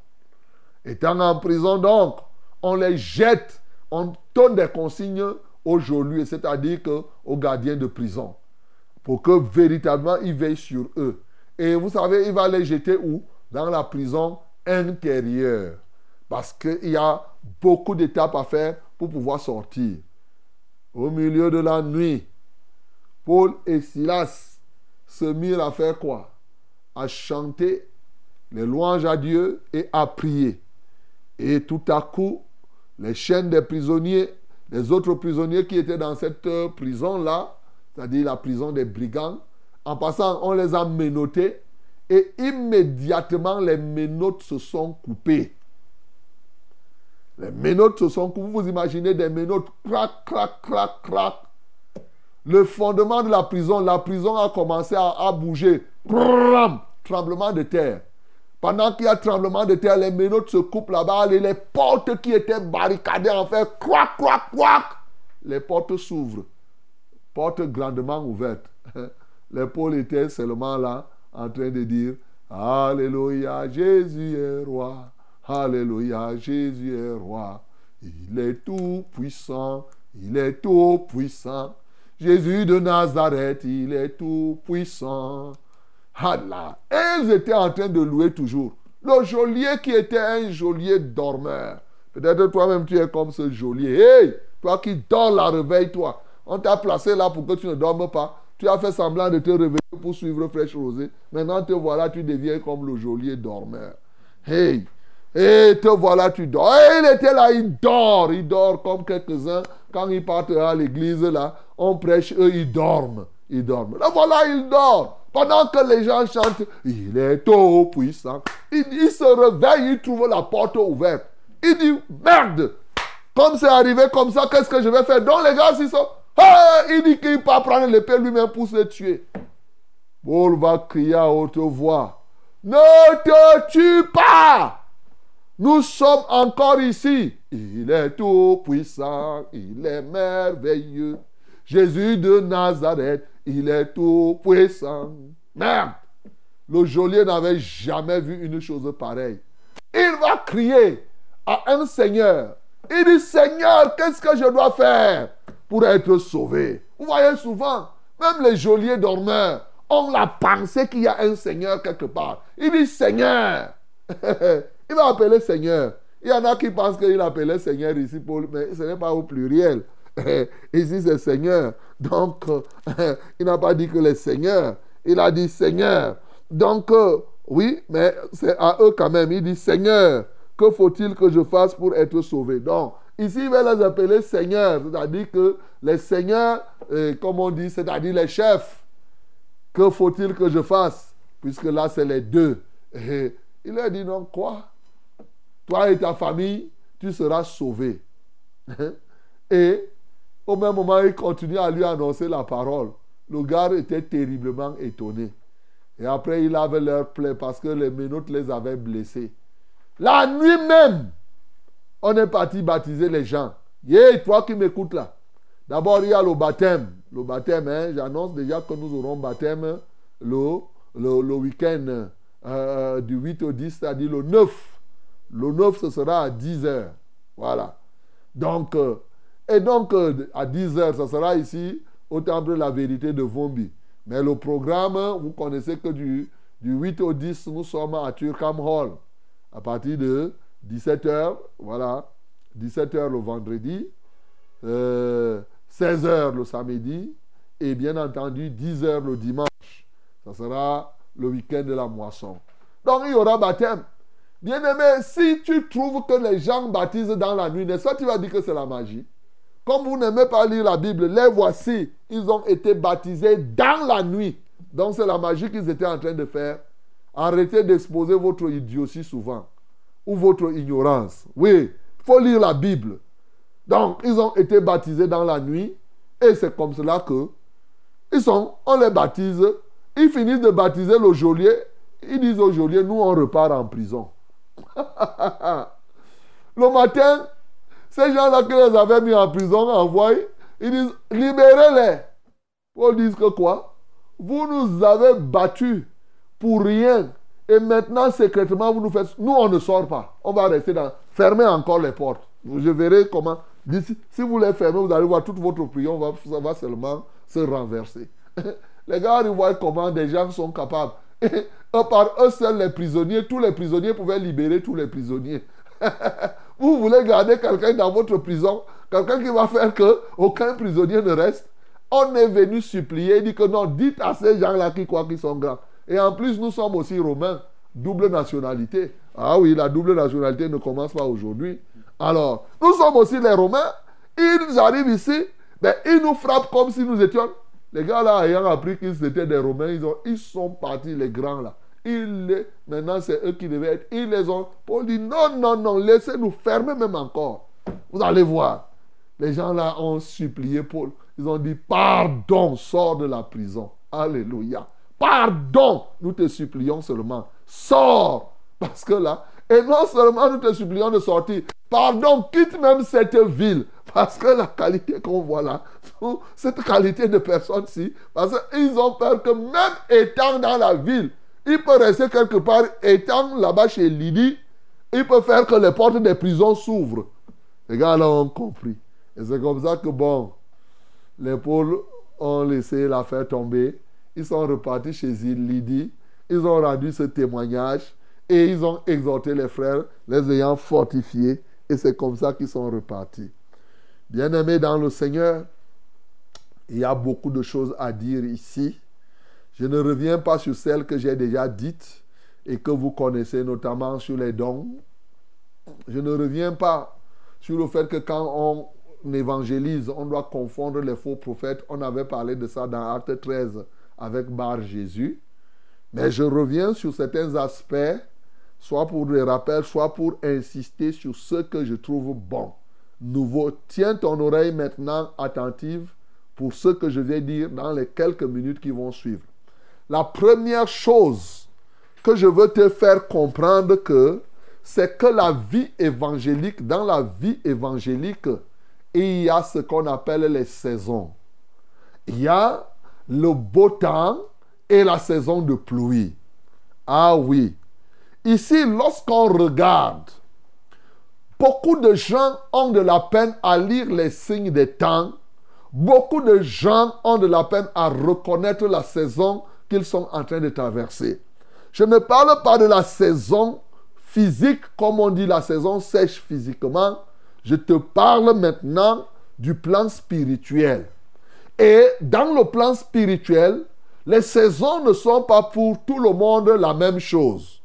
Étant en prison donc, on les jette, on donne des consignes aux geôliers, c'est-à-dire que, aux gardiens de prison, pour que véritablement ils veillent sur eux. Et vous savez, il va les jeter où? Dans la prison intérieure. Parce qu'il y a beaucoup d'étapes à faire pour pouvoir sortir. Au milieu de la nuit, Paul et Silas se mirent à faire quoi? À chanter les louanges à Dieu et à prier. Et tout à coup, les chaînes des prisonniers, les autres prisonniers qui étaient dans cette prison-là, c'est-à-dire la prison des brigands, en passant, on les a menottés et immédiatement les menottes se sont coupées. Les menottes se sont coupées. Vous imaginez des menottes, crac, crac, crac, crac. Le fondement de la prison, la prison a commencé à, à bouger. Tremblement de terre. Pendant qu'il y a tremblement de terre, les menottes se coupent là-bas et les portes qui étaient barricadées en fer, crac, crac, crac. Les portes s'ouvrent. Portes grandement ouvertes. Les Paul étaient seulement là en train de dire Alléluia, Jésus est roi. Alléluia, Jésus est roi. Il est tout puissant. Il est tout puissant. Jésus de Nazareth, il est tout puissant. Allah. Et ils étaient en train de louer toujours. Le geôlier qui était un geôlier dormeur. Peut-être toi-même tu es comme ce geôlier. Hey, toi qui dors là, réveille-toi. On t'a placé là pour que tu ne dormes pas. Tu as fait semblant de te réveiller pour suivre Fraîche Rosée. Maintenant te voilà, tu deviens comme le geôlier dormeur. Hey, et te voilà, tu dors. Et il était là, il dort. Il dort comme quelques-uns. Quand ils partent à l'église, là, on prêche, eux, ils dorment. Ils dorment. Là, voilà, il dort. Pendant que les gens chantent, il est tout puissant. Il, il se réveille, il trouve la porte ouverte. Il dit, merde, comme c'est arrivé comme ça, qu'est-ce que je vais faire? Donc les gars, ils sont... Hey! Il dit qu'il peut prendre l'épée lui-même pour se tuer. Paul va crier à haute voix. Ne te tue pas! Nous sommes encore ici. Il est tout puissant, il est merveilleux. Jésus de Nazareth, il est tout puissant. Merde! Le geôlier n'avait jamais vu une chose pareille. Il va crier à un Seigneur. Il dit, Seigneur, qu'est-ce que je dois faire pour être sauvé? Vous voyez souvent, même les geôliers dormeurs ont la pensée qu'il y a un Seigneur quelque part. Il dit, Seigneur. Il va appeler Seigneur. Il y en a qui pensent qu'il appelait Seigneur ici, pour, mais ce n'est pas au pluriel. Ici, c'est Seigneur. Donc, il n'a pas dit que les seigneurs. Il a dit Seigneur. Donc, oui, mais c'est à eux quand même. Il dit Seigneur, que faut-il que je fasse pour être sauvé? Donc, ici, il va les appeler Seigneurs. C'est-à-dire que les seigneurs, euh, comme on dit, c'est-à-dire les chefs. Que faut-il que je fasse? Puisque là, c'est les deux. Et il a dit non, quoi? Toi et ta famille, tu seras sauvé. Et au même moment, il continue à lui annoncer la parole. Le gars était terriblement étonné. Et après, il avait leur plaie parce que les menottes les avaient blessés. La nuit même, on est parti baptiser les gens. Yeah, toi qui m'écoutes là. D'abord, il y a le baptême. Le baptême, hein, j'annonce déjà que nous aurons baptême le, le, le week-end euh, du huit au dix, c'est-à-dire le neuf. Le neuf, ce sera à dix heures. Voilà. Donc, euh, et donc, euh, à dix heures, ce sera ici, au Temple de la Vérité de Vombi. Mais le programme, vous connaissez que du, du huit au dix, nous sommes à Turkham Hall. À partir de dix-sept heures, voilà, dix-sept heures le vendredi, euh, seize heures le samedi, et bien entendu, dix heures le dimanche. Ça sera le week-end de la moisson. Donc, il y aura baptême. Bien-aimé, si tu trouves que les gens baptisent dans la nuit, n'est-ce pas, tu vas dire que c'est la magie. Comme vous n'aimez pas lire la Bible, les voici, ils ont été baptisés dans la nuit. Donc c'est la magie qu'ils étaient en train de faire. Arrêtez d'exposer votre idiotie souvent. Ou votre ignorance. Oui, il faut lire la Bible. Donc ils ont été baptisés dans la nuit. Et c'est comme cela que ils sont, on les baptise. Ils finissent de baptiser le geôlier. Ils disent au geôlier, nous on repart en prison. Le matin, ces gens-là qui les avaient mis en prison, envoyés, ils disent, libérez-les. Paul dit que quoi? Vous nous avez battus pour rien. Et maintenant, secrètement, vous nous faites... Nous, on ne sort pas. On va rester dans... Fermez encore les portes. Je verrai comment... D'ici, si vous les fermez, vous allez voir toute votre prière, va, ça va seulement se renverser. Les gars, ils voient comment des gens sont capables. Et par eux seuls, les prisonniers, tous les prisonniers pouvaient libérer tous les prisonniers. Vous voulez garder quelqu'un dans votre prison, quelqu'un qui va faire qu'aucun prisonnier ne reste. On est venu supplier, dit que non, dites à ces gens-là qui croient qu'ils sont grands. Et en plus, nous sommes aussi romains, double nationalité. Ah oui, la double nationalité ne commence pas aujourd'hui. Alors, nous sommes aussi les Romains. Ils arrivent ici, ben, ils nous frappent comme si nous étions... Les gars là, ayant appris qu'ils étaient des Romains, ils, ont, ils sont partis, les grands là. Ils les, maintenant, c'est eux qui devaient être. Ils les ont... Paul dit, non, non, non, laissez-nous fermer même encore. Vous allez voir. Les gens là ont supplié Paul. Ils ont dit, pardon, sors de la prison. Alléluia. Pardon, nous te supplions seulement. Sors. Parce que là, et non seulement nous te supplions de sortir. Pardon, quitte même cette ville. Parce que la qualité qu'on voit là, cette qualité de personnes-ci, parce qu'ils ont peur que même étant dans la ville, il peut rester quelque part, étant là-bas chez Lydie, il peut faire que les portes des prisons s'ouvrent. Les gars là ont compris. Et c'est comme ça que, bon, les Pauls ont laissé l'affaire tomber. Ils sont repartis chez Lydie. Ils ont rendu ce témoignage et ils ont exhorté les frères, les ayant fortifiés. Et c'est comme ça qu'ils sont repartis. Bien-aimés dans le Seigneur, il y a beaucoup de choses à dire ici. Je ne reviens pas sur celles que j'ai déjà dites et que vous connaissez, notamment sur les dons. Je ne reviens pas sur le fait que quand on évangélise, on doit confondre les faux prophètes. On avait parlé de ça dans Acte treize avec Bar Jésus. Mais je reviens sur certains aspects, soit pour des rappels, soit pour insister sur ce que je trouve bon nouveau. Tiens ton oreille maintenant attentive pour ce que je vais dire dans les quelques minutes qui vont suivre. La première chose que je veux te faire comprendre que c'est que la vie évangélique, dans la vie évangélique, il y a ce qu'on appelle les saisons. Il y a le beau temps et la saison de pluie. Ah oui. Ici, lorsqu'on regarde, beaucoup de gens ont de la peine à lire les signes des temps. Beaucoup de gens ont de la peine à reconnaître la saison qu'ils sont en train de traverser. Je ne parle pas de la saison physique, comme on dit la saison sèche physiquement. Je te parle maintenant du plan spirituel. Et dans le plan spirituel, les saisons ne sont pas pour tout le monde la même chose.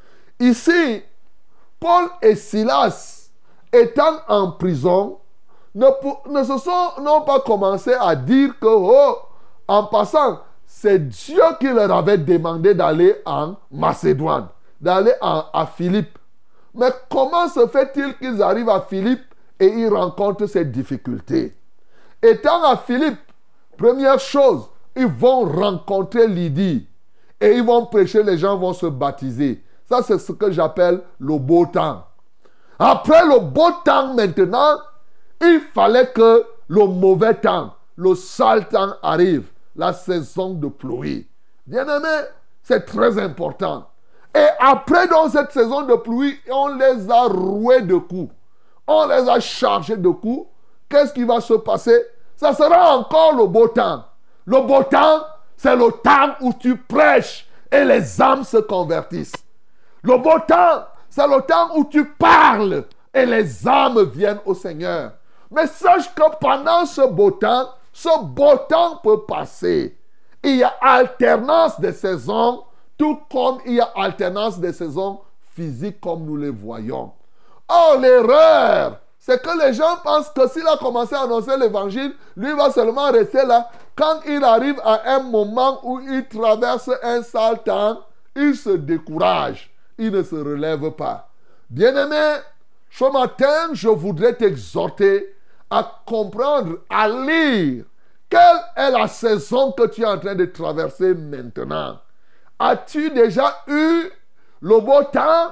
Ici, Paul et Silas, étant en prison, ne, ne se sont n'ont pas commencé à dire que, oh, en passant, c'est Dieu qui leur avait demandé d'aller en Macédoine, d'aller en, à Philippe. Mais comment se fait-il qu'ils arrivent à Philippe et ils rencontrent ces difficultés? Étant à Philippe, première chose, ils vont rencontrer Lydie et ils vont prêcher, les gens vont se baptiser. Ça, c'est ce que j'appelle le beau temps. Après le beau temps maintenant, il fallait que le mauvais temps, le sale temps arrive, la saison de pluie. Bien-aimés, c'est très important. Et après, dans cette saison de pluie, on les a roués de coups. On les a chargés de coups. Qu'est-ce qui va se passer? Ça sera encore le beau temps. Le beau temps, c'est le temps où tu prêches et les âmes se convertissent. Le beau temps, c'est le temps où tu parles et les âmes viennent au Seigneur. Mais sache que pendant ce beau temps, ce beau temps peut passer. Il y a alternance des saisons, tout comme il y a alternance des saisons physiques comme nous les voyons. Or, l'erreur, c'est que les gens pensent que s'il a commencé à annoncer l'évangile, lui va seulement rester là. Quand il arrive à un moment où il traverse un sale temps, il se décourage. Il ne se relève pas. Bien-aimé, ce matin, je voudrais t'exhorter à comprendre, à lire quelle est la saison que tu es en train de traverser maintenant. As-tu déjà eu le beau temps?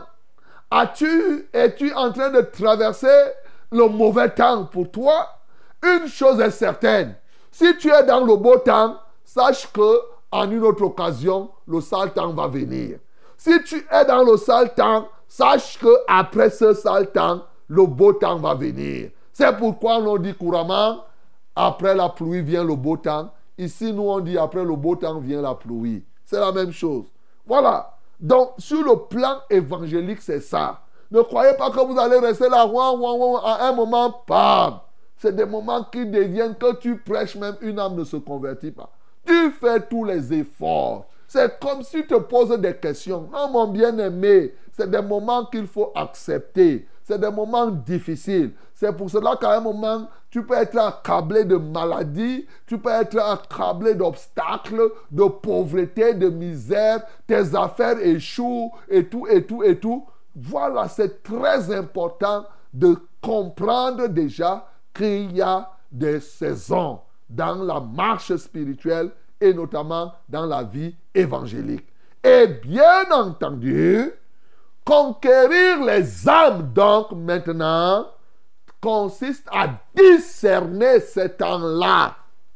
As-tu, es-tu en train de traverser le mauvais temps pour toi? Une chose est certaine, si tu es dans le beau temps, sache que en une autre occasion, le sale temps va venir. Si tu es dans le sale temps, sache que après ce sale temps, le beau temps va venir. C'est pourquoi on dit couramment, après la pluie vient le beau temps. Ici, nous on dit après le beau temps vient la pluie. C'est la même chose. Voilà. Donc, sur le plan évangélique, c'est ça. Ne croyez pas que vous allez rester là, ouin, ouin, ouin, à un moment, bam. C'est des moments qui deviennent que tu prêches, même une âme ne se convertit pas. Tu fais tous les efforts. C'est comme si tu te poses des questions. Non, mon bien-aimé, c'est des moments qu'il faut accepter. C'est des moments difficiles. C'est pour cela qu'à un moment, tu peux être accablé de maladies, tu peux être accablé d'obstacles, de pauvreté, de misère, tes affaires échouent et tout, et tout, et tout. Voilà, c'est très important de comprendre déjà qu'il y a des saisons dans la marche spirituelle et notamment dans la vie évangélique. Et bien entendu, conquérir les âmes, donc maintenant, consiste à discerner ces temps-là.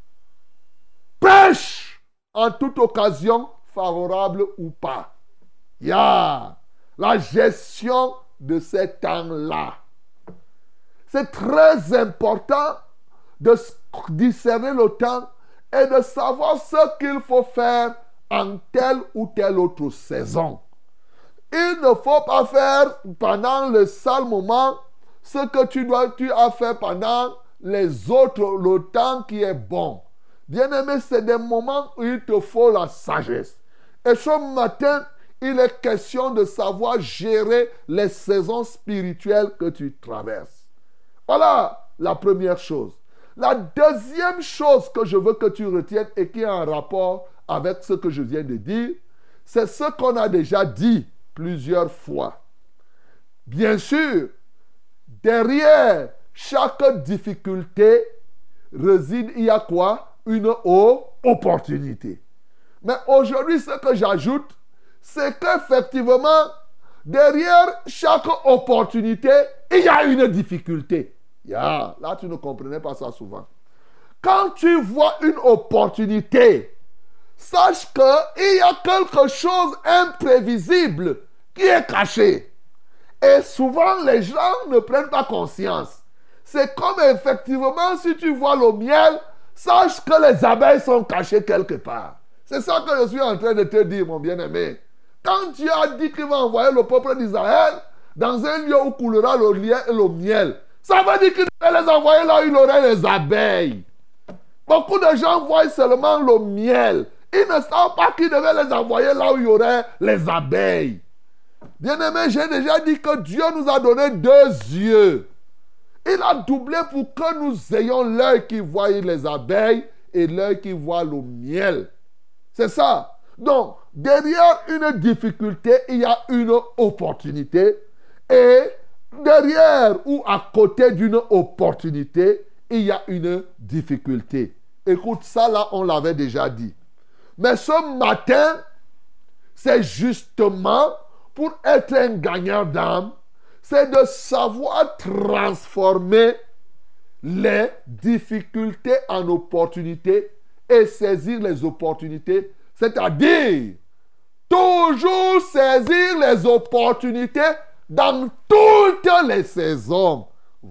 Prêche en toute occasion, favorable ou pas. Il y a la gestion de ces temps-là. C'est très important de discerner le temps et de savoir ce qu'il faut faire en telle ou telle autre saison. Il ne faut pas faire pendant le sale moment ce que tu, dois, tu as fait pendant les autres, le temps qui est bon. Bien-aimé, c'est des moments où il te faut la sagesse. Et ce matin, il est question de savoir gérer les saisons spirituelles que tu traverses. Voilà la première chose. La deuxième chose que je veux que tu retiennes et qui a un rapport avec ce que je viens de dire, c'est ce qu'on a déjà dit plusieurs fois. Bien sûr, derrière chaque difficulté réside, il y a quoi? Une opportunité. Mais aujourd'hui, ce que j'ajoute, c'est qu'effectivement, derrière chaque opportunité, il y a une difficulté. Yeah, là, tu ne comprenais pas ça souvent. Quand tu vois une opportunité, sache qu'il y a quelque chose d'imprévisible qui est caché. Et souvent, les gens ne prennent pas conscience. C'est comme effectivement, si tu vois le miel, sache que les abeilles sont cachées quelque part. C'est ça que je suis en train de te dire, mon bien-aimé. Quand Dieu a dit qu'il va envoyer le peuple d'Israël dans un lieu où coulera le lien et le miel, ça veut dire qu'il devait les envoyer là où il aurait les abeilles. Beaucoup de gens voient seulement le miel. Ils ne savent pas qu'il devait les envoyer là où il y aurait les abeilles. Bien-aimé, j'ai déjà dit que Dieu nous a donné deux yeux. Il a doublé pour que nous ayons l'œil qui voit les abeilles et l'œil qui voit le miel. C'est ça. Donc, derrière une difficulté, il y a une opportunité. Et derrière ou à côté d'une opportunité, il y a une difficulté. Écoute, ça là, on l'avait déjà dit. Mais ce matin, c'est justement pour être un gagnant d'âme, c'est de savoir transformer les difficultés en opportunités et saisir les opportunités. C'est-à-dire, toujours saisir les opportunités dans toutes les saisons.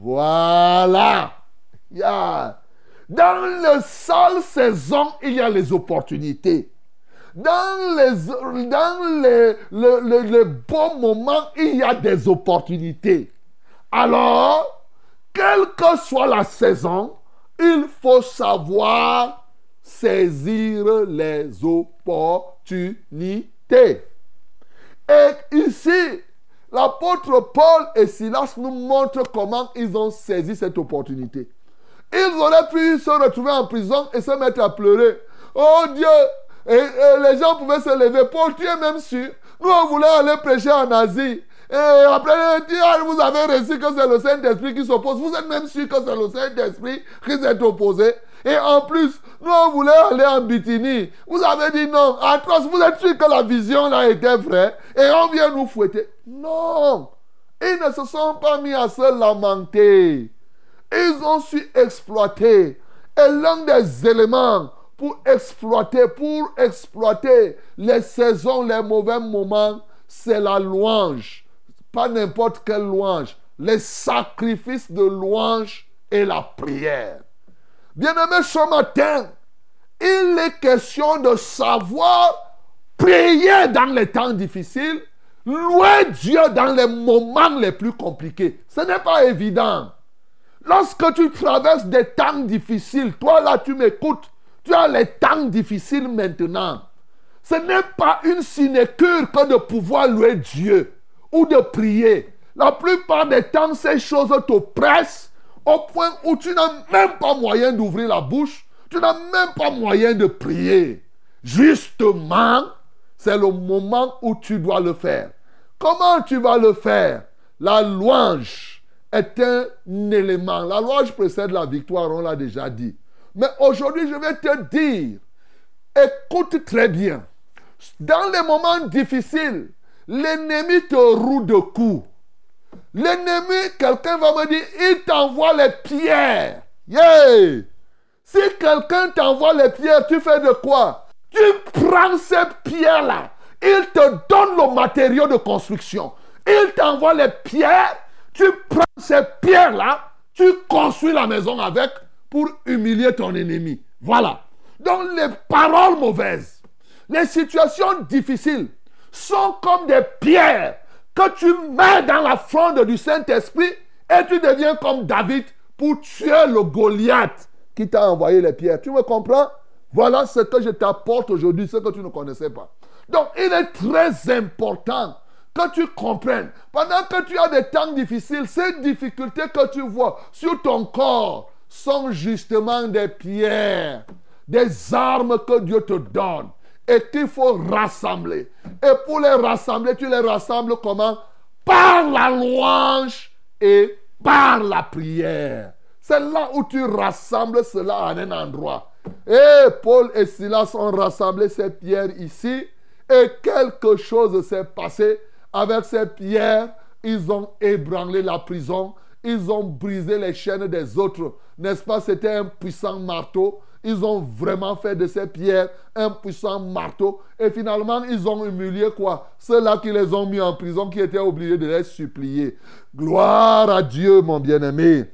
Voilà. Yeah. Dans les sales saisons, il y a les opportunités. Dans les, dans les, les, les, les bons moments, il y a des opportunités. Alors, quelle que soit la saison, il faut savoir saisir les opportunités. Et ici, l'apôtre Paul et Silas nous montrent comment ils ont saisi cette opportunité. Ils auraient pu se retrouver en prison et se mettre à pleurer. Oh Dieu! Et, et les gens pouvaient se lever. Paul, tu es même sûr. Nous, on voulait aller prêcher en Asie. Et après, vous avez réussi que c'est le Saint-Esprit qui s'oppose. Vous êtes même sûr que c'est le Saint-Esprit qui s'est opposé. Et en plus, nous, on voulait aller en Bithynie. Vous avez dit non. Atroce, vous êtes sûr que la vision là était vraie. Et on vient nous fouetter. Non. Ils ne se sont pas mis à se lamenter. Ils ont su exploiter. Et l'un des éléments pour exploiter, pour exploiter les saisons, les mauvais moments, c'est la louange. Pas n'importe quelle louange. Les sacrifices de louange et la prière. Bien-aimés, ce matin, il est question de savoir prier dans les temps difficiles, louer Dieu dans les moments les plus compliqués. Ce n'est pas évident. Lorsque tu traverses des temps difficiles, toi là tu m'écoutes, tu as les temps difficiles maintenant. Ce n'est pas une sinécure que de pouvoir louer Dieu ou de prier. La plupart des temps, ces choses te pressent au point où tu n'as même pas moyen d'ouvrir la bouche. Tu n'as même pas moyen de prier. Justement, c'est le moment où tu dois le faire. Comment tu vas le faire? La louange est un élément. La louange précède la victoire, on l'a déjà dit. Mais aujourd'hui, je vais te dire, écoute très bien. Dans les moments difficiles, l'ennemi te roue de coups. L'ennemi, quelqu'un va me dire, il t'envoie les pierres. Yeah! Si quelqu'un t'envoie les pierres, tu fais de quoi? Tu prends ces pierres-là. Il te donne le matériau de construction. Il t'envoie les pierres. Tu prends ces pierres-là. Tu construis la maison avec pour humilier ton ennemi. Voilà. Donc les paroles mauvaises, les situations difficiles sont comme des pierres que tu mets dans la fronde du Saint-Esprit et tu deviens comme David pour tuer le Goliath qui t'a envoyé les pierres. Tu me comprends? Voilà ce que je t'apporte aujourd'hui, ce que tu ne connaissais pas. Donc, il est très important que tu comprennes. Pendant que tu as des temps difficiles, ces difficultés que tu vois sur ton corps sont justement des pierres, des armes que Dieu te donne et qu'il faut rassembler. Et pour les rassembler, tu les rassembles comment? Par la louange et par la prière. C'est là où tu rassembles cela en un endroit. Et Paul et Silas ont rassemblé ces pierres ici et quelque chose s'est passé avec ces pierres. Ils ont ébranlé la prison. Ils ont brisé les chaînes des autres. N'est-ce pas? C'était un puissant marteau. Ils ont vraiment fait de ces pierres un puissant marteau. Et finalement, ils ont humilié quoi? Ceux-là qui les ont mis en prison, qui étaient obligés de les supplier. Gloire à Dieu, mon bien-aimé.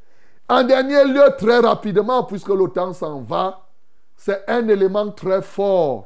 En dernier lieu, très rapidement, puisque le temps s'en va, c'est un élément très fort.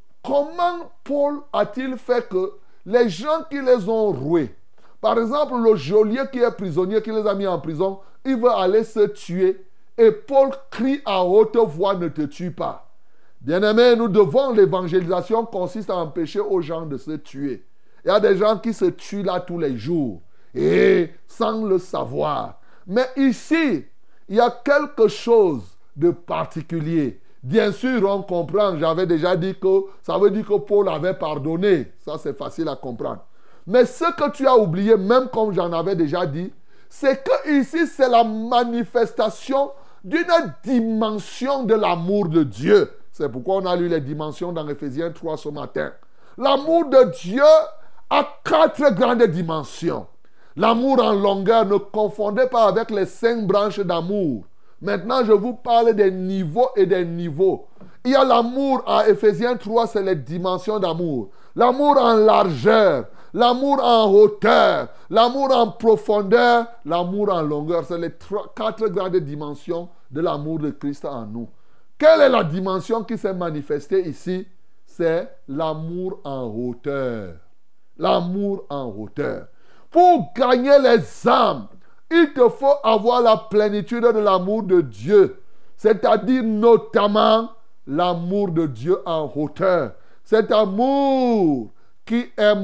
Comment Paul a-t-il fait que les gens qui les ont roués, par exemple, le geôlier qui est prisonnier, qui les a mis en prison, il veut aller se tuer. Et Paul crie à haute voix, ne te tue pas. Bien-aimés, nous devons, l'évangélisation consiste à empêcher aux gens de se tuer. Il y a des gens qui se tuent là tous les jours, et sans le savoir. Mais ici, il y a quelque chose de particulier. Bien sûr, on comprend, j'avais déjà dit que ça veut dire que Paul avait pardonné. Ça, c'est facile à comprendre. Mais ce que tu as oublié, même comme j'en avais déjà dit, c'est que ici, c'est la manifestation d'une dimension de l'amour de Dieu. C'est pourquoi on a lu les dimensions dans Éphésiens trois ce matin. L'amour de Dieu a quatre grandes dimensions. L'amour en longueur, ne confondez pas avec les cinq branches d'amour. Maintenant, je vous parle des niveaux et des niveaux. Il y a l'amour à Éphésiens trois, c'est les dimensions d'amour. L'amour en largeur, l'amour en hauteur, l'amour en profondeur, l'amour en longueur. C'est les trois, quatre grandes dimensions de l'amour de Christ en nous. Quelle est la dimension qui s'est manifestée ici? C'est l'amour en hauteur. L'amour en hauteur. Pour gagner les âmes, il te faut avoir la plénitude de l'amour de Dieu. C'est-à-dire notamment l'amour de Dieu en hauteur. Cet amour qui aime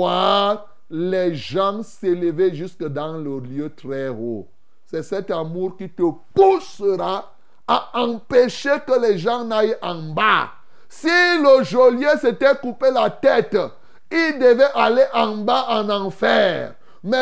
voir les gens s'élever jusque dans le lieu très haut. C'est cet amour qui te poussera à empêcher que les gens n'aillent en bas. Si le geôlier s'était coupé la tête, il devait aller en bas en enfer. Mais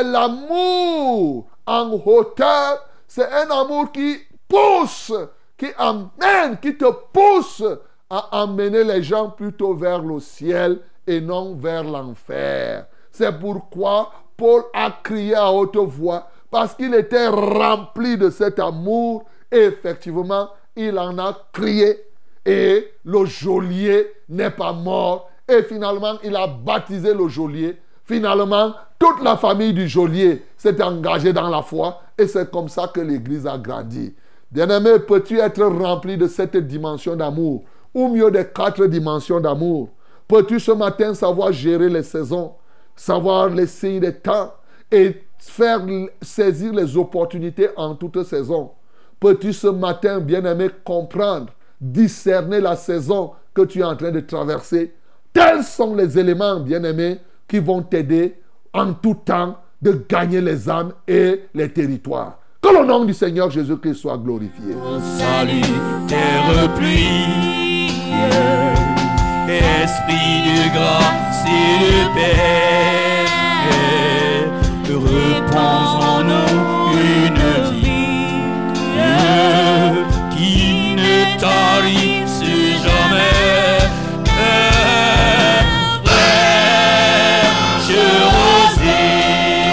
l'amour en hauteur, c'est un amour qui pousse, qui amène, qui te pousse à emmener les gens plutôt vers le ciel et non vers l'enfer. C'est pourquoi Paul a crié à haute voix, parce qu'il était rempli de cet amour, et effectivement, il en a crié, et le geôlier n'est pas mort, et finalement, il a baptisé le geôlier. Finalement, toute la famille du geôlier s'est engagée dans la foi, et c'est comme ça que l'Église a grandi. Bien-aimé, peux-tu être rempli de cette dimension d'amour, ou mieux des quatre dimensions d'amour? Peux-tu ce matin savoir gérer les saisons, savoir les signes des temps et faire saisir les opportunités en toute saison? Peux-tu ce matin, bien-aimé, comprendre, discerner la saison que tu es en train de traverser? Tels sont les éléments, bien-aimés, qui vont t'aider en tout temps de gagner les âmes et les territoires. Que le nom du Seigneur Jésus-Christ soit glorifié. Au salut, terre pluie, esprit de grâce et de paix, repose en nous une vie qui ne tarisse jamais. Frère, je rosée,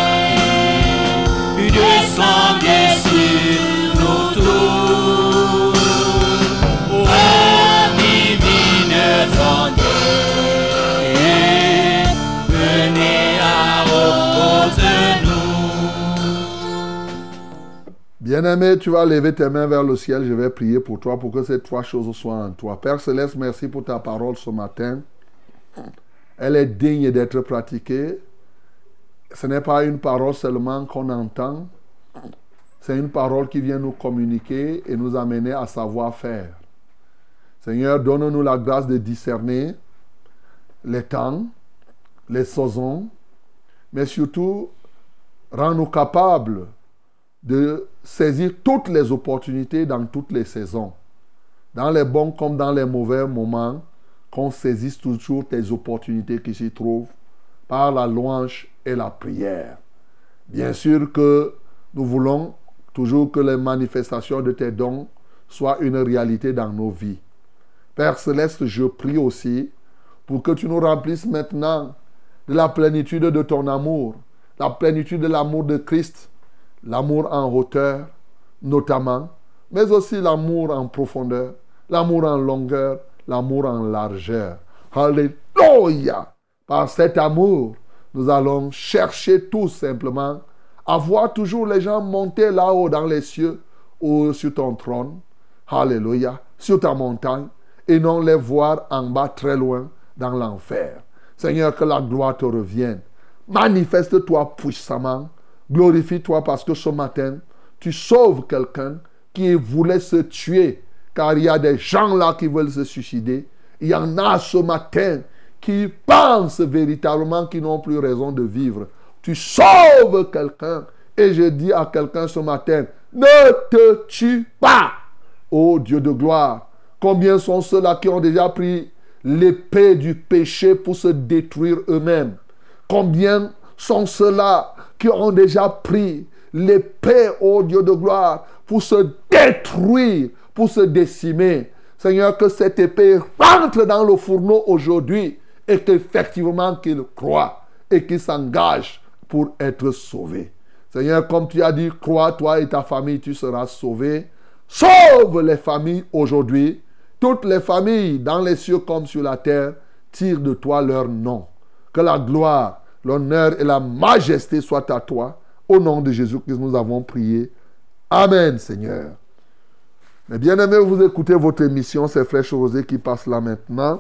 descendez sur nos tours, ô divine grandeur, et venez à reposer-nous. Bien-aimé, tu vas lever tes mains vers le ciel. Je vais prier pour toi pour que ces trois choses soient en toi. Père Céleste, merci pour ta parole ce matin. Elle est digne d'être pratiquée. Ce n'est pas une parole seulement qu'on entend. C'est une parole qui vient nous communiquer et nous amener à savoir faire. Seigneur, donne-nous la grâce de discerner les temps, les saisons, mais surtout, rends-nous capables de saisir toutes les opportunités dans toutes les saisons. Dans les bons comme dans les mauvais moments, qu'on saisisse toujours tes opportunités qui s'y trouvent par la louange et la prière. Bien sûr que Nous voulons toujours que les manifestations de tes dons soient une réalité dans nos vies. Père Céleste, je prie aussi pour que tu nous remplisses maintenant de la plénitude de ton amour, la plénitude de l'amour de Christ, l'amour en hauteur notamment, mais aussi l'amour en profondeur, l'amour en longueur, l'amour en largeur. Alléluia! Par cet amour, nous allons chercher tout simplement à voir toujours les gens monter là-haut dans les cieux ou sur ton trône. Alléluia! Sur ta montagne et non les voir en bas très loin dans l'enfer. Seigneur, que la gloire te revienne. Manifeste-toi puissamment. Glorifie-toi parce que ce matin, tu sauves quelqu'un qui voulait se tuer. Car il y a des gens là qui veulent se suicider. Il y en a ce matin qui pensent véritablement qu'ils n'ont plus raison de vivre. Tu sauves quelqu'un. Et je dis à quelqu'un ce matin, ne te tue pas. Ô Dieu de gloire, combien sont ceux-là qui ont déjà pris l'épée du péché pour se détruire eux-mêmes? Combien sont ceux-là qui ont déjà pris l'épée, ô Dieu de gloire, pour se détruire, pour se décimer? Seigneur, que cette épée rentre dans le fourneau aujourd'hui et qu'effectivement qu'ils croient et qu'ils s'engagent pour être sauvés. Seigneur, comme tu as dit, crois, toi et ta famille, tu seras sauvé. Sauve les familles aujourd'hui. Toutes les familles, dans les cieux comme sur la terre, tirent de toi leur nom. Que la gloire, l'honneur et la majesté soient à toi. Au nom de Jésus-Christ, nous avons prié. Amen, Seigneur. Mais bien aimés, vous écoutez votre émission, c'est Fraîche Rosée qui passe là maintenant.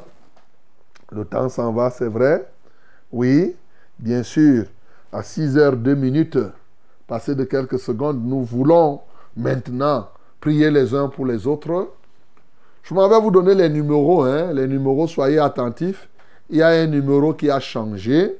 Le temps s'en va, c'est vrai. Oui, bien sûr, à six heures deux minutes, passé de quelques secondes, nous voulons maintenant prier les uns pour les autres. Je m'en vais vous donner les numéros. Hein. Les numéros, soyez attentifs. Il y a un numéro qui a changé.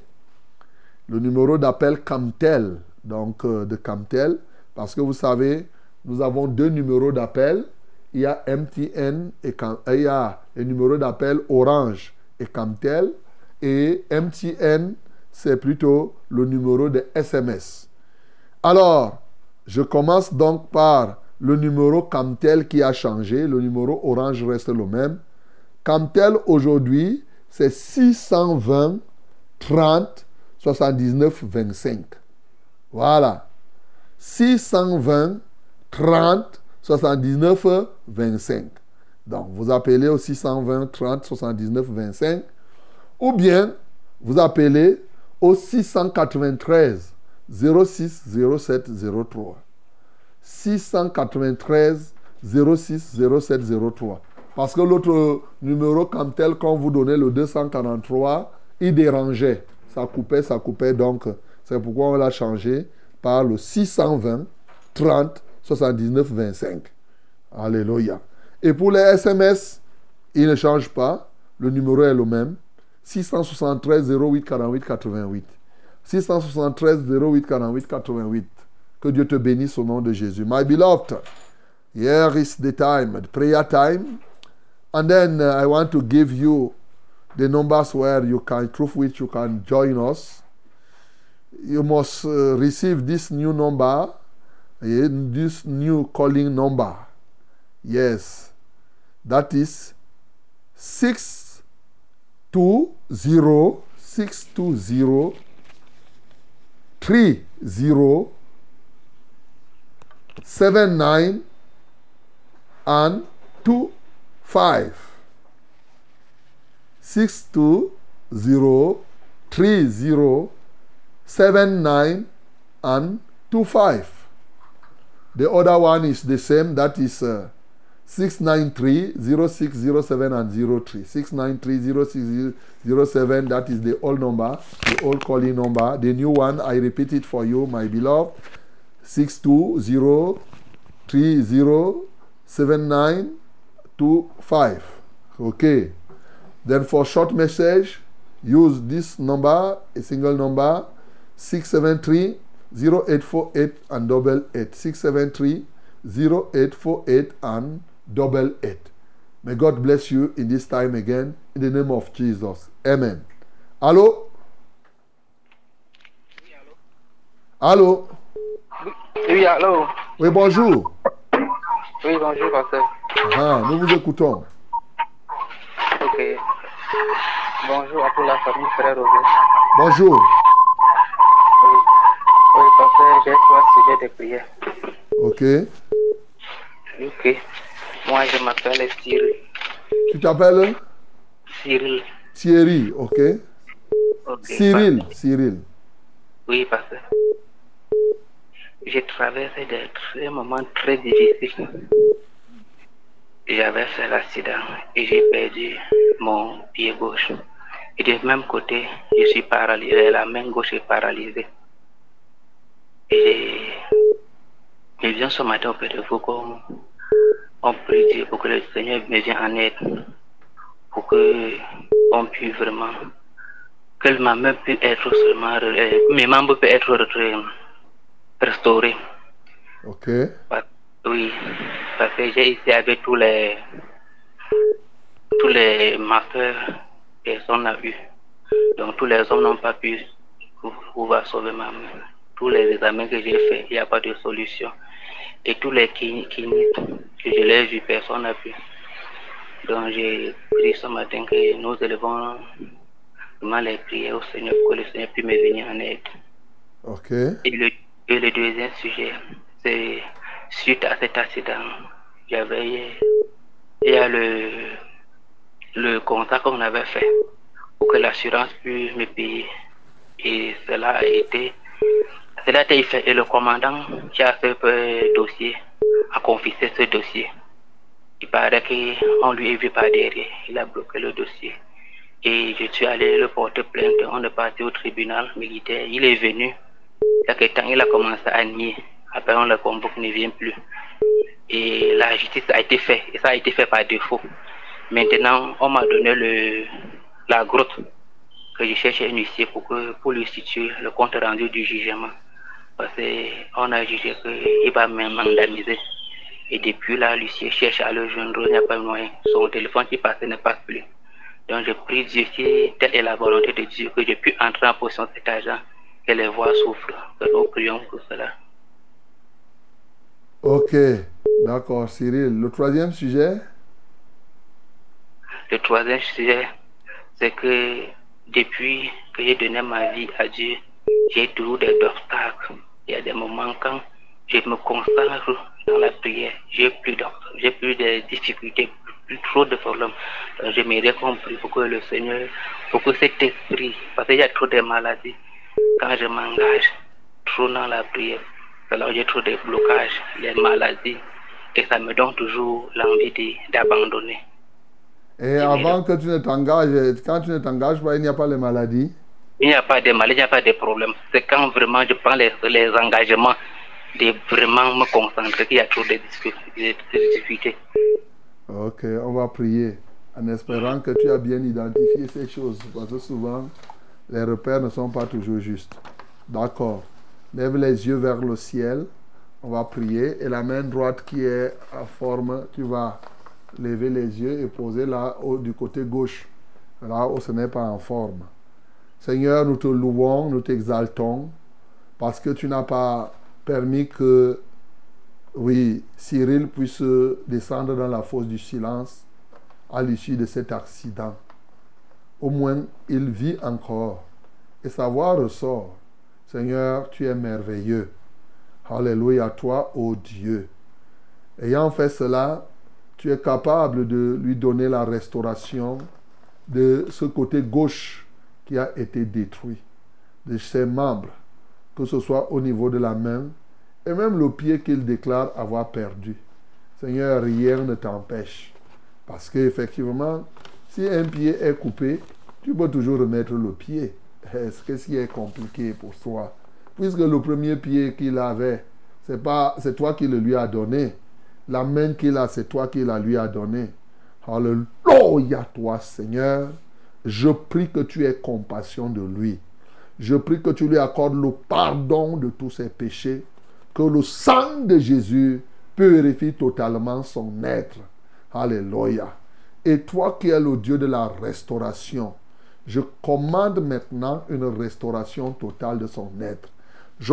Le numéro d'appel Camtel. Donc, euh, de Camtel. Parce que vous savez, nous avons deux numéros d'appel. Il y a M T N et Cam... il y a le numéro d'appel Orange et Camtel. Et M T N, c'est plutôt le numéro de S M S. Alors, je commence donc par le numéro Camtel qui a changé. Le numéro Orange reste le même. Camtel aujourd'hui, c'est six cent vingt trente soixante-dix-neuf vingt-cinq. Voilà. six cent vingt trente soixante-dix-neuf vingt-cinq. Donc, vous appelez au six cent vingt trente soixante-dix-neuf vingt-cinq. Ou bien, vous appelez au six cent quatre-vingt-treize zéro six zéro sept zéro trois. six cent quatre-vingt-treize zéro six zéro sept zéro trois. Parce que l'autre numéro, comme tel, quand vous donnez le deux cent quarante-trois, il dérangeait. Ça coupait, ça coupait. Donc, c'est pourquoi on l'a changé par le six cent vingt trente soixante-dix-neuf vingt-cinq. Alléluia. Et pour les S M S, il ne change pas. Le numéro est le même. six cent soixante-treize zéro huit quarante-huit quatre-vingt-huit. six cent soixante-treize zéro huit quarante-huit quatre-vingt-huit. Que Dieu te bénisse au nom de Jésus. My beloved, here is the time, the prayer time. And then uh, I want to give you the numbers where you can, through which you can join us. You must uh, receive this new number, uh, this new calling number. Yes, that is six two zero six two zero three zero seven nine and two five. Six two zero three zero seven nine and two five. The other one is the same. That is uh, six nine three zero six zero seven and zero three. Six nine three zero six zero seven. That is the old number, the old calling number. The new one, I repeat it for you, my beloved. Six two zero three zero seven nine two five. Okay. Then for short message, use this number, a single number, six seven three zero eight four eight and double eight. Six seven three zero eight four eight and double eight. May God bless you in this time again, in the name of Jesus. Amen. Allô? Allô? Oui, allô. Oui, bonjour. Oui, bonjour, pasteur. Ah, nous vous écoutons. Ok. Bonjour à toute la famille, frère Rosé. Bonjour. Oui, oui pasteur, j'ai trois sujets de prière. Ok. Ok. Moi, je m'appelle Cyril. Tu t'appelles Cyril. Thierry, ok. Ok, Cyril, pasteur. Cyril. Oui, pasteur. J'ai traversé des, des moments très difficiles. J'avais fait l'accident et j'ai perdu mon pied gauche. Et du même côté, je suis paralysé, la main gauche est paralysée. Et je viens ce matin auprès de vous comme on prie Dieu pour que le Seigneur me vienne en aide, pour que on puisse vraiment, que ma main puisse être seulement, euh, mes membres puissent être restaurés. Ok. Parce, oui, parce que j'ai ici avec tous les tous les marqueurs personne n'a vu. Donc tous les hommes n'ont pas pu pouvoir sauver ma main. Tous les examens que j'ai faits, il n'y a pas de solution. Et tous les cliniques que je l'ai vu, personne n'a pu. Donc j'ai prié ce matin que nous élevons vraiment les prières au Seigneur pour que le Seigneur puisse me venir en aide. Ok. Et le, et le deuxième sujet, c'est suite à cet accident, j'avais, il y a le, le contrat qu'on avait fait pour que l'assurance puisse me payer. Et cela a été, cela a été fait. Et le commandant qui a fait ce dossier a confisqué ce dossier. Il paraît qu'on lui a vu par derrière, il a bloqué le dossier. Et je suis allé le porter plainte, on est parti au tribunal militaire, il est venu. Il y a quelques temps, il a commencé à nier. Après, on le convoque, il ne vient plus. Et la justice a été faite, et ça a été fait par défaut. Maintenant, on m'a donné le, la grotte que je cherche un huissier pour, que, pour lui situer le compte rendu du jugement. Parce qu'on a jugé qu'il va m'indemniser. Et depuis là, l'huissier cherche à le joindre, il n'y a pas de moyen. Son téléphone qui passait ne passe plus. Donc je prie Dieu, si telle est la volonté de Dieu, que je puisse entrer en possession de cet argent, que les voix souffrent, que nous prions pour cela. Ok, d'accord, Cyril. Le troisième sujet? Le troisième sujet, c'est que depuis que j'ai donné ma vie à Dieu, j'ai toujours des obstacles. Il y a des moments quand je me concentre dans la prière, j'ai plus d'obstacles, j'ai plus de difficultés, plus trop de problèmes. Donc, je m'aimerais compris pour que le Seigneur, pour que cet esprit, parce qu'il y a trop de maladies, quand je m'engage trop dans la prière, alors j'ai trop de blocages, les maladies, et ça me donne toujours l'envie d'abandonner. Et avant que tu ne t'engages, quand tu ne t'engages pas, il n'y a pas les maladies? Il n'y a pas de maladies, il n'y a pas de problème. C'est quand vraiment je prends les, les engagements de vraiment me concentrer qu'il y a trop de difficultés. Ok, on va prier en espérant que tu as bien identifié ces choses. Parce que souvent, les repères ne sont pas toujours justes. D'accord. Lève les yeux vers le ciel. On va prier. Et la main droite qui est en forme, tu vas lever les yeux et poser là haut du côté gauche. Là où ce n'est pas en forme. Seigneur, nous te louons, nous t'exaltons. Parce que tu n'as pas permis que, oui, Cyril puisse descendre dans la fosse du silence à l'issue de cet accident. Au moins, il vit encore. Et sa voix ressort. Seigneur, tu es merveilleux. Alléluia à toi, ô Dieu. Ayant fait cela, tu es capable de lui donner la restauration de ce côté gauche qui a été détruit, de ses membres, que ce soit au niveau de la main et même le pied qu'il déclare avoir perdu. Seigneur, rien ne t'empêche. Parce qu'effectivement, si un pied est coupé, tu peux toujours remettre le pied. Est-ce que ce qui est compliqué pour toi? Puisque le premier pied qu'il avait, c'est pas, c'est toi qui le lui as donné. La main qu'il a, c'est toi qui la lui as donnée. Alléluia toi, Seigneur. Je prie que tu aies compassion de lui. Je prie que tu lui accordes le pardon de tous ses péchés. Que le sang de Jésus purifie totalement son être. Alléluia. Et toi qui es le Dieu de la restauration, je commande maintenant une restauration totale de son être. J'ordonne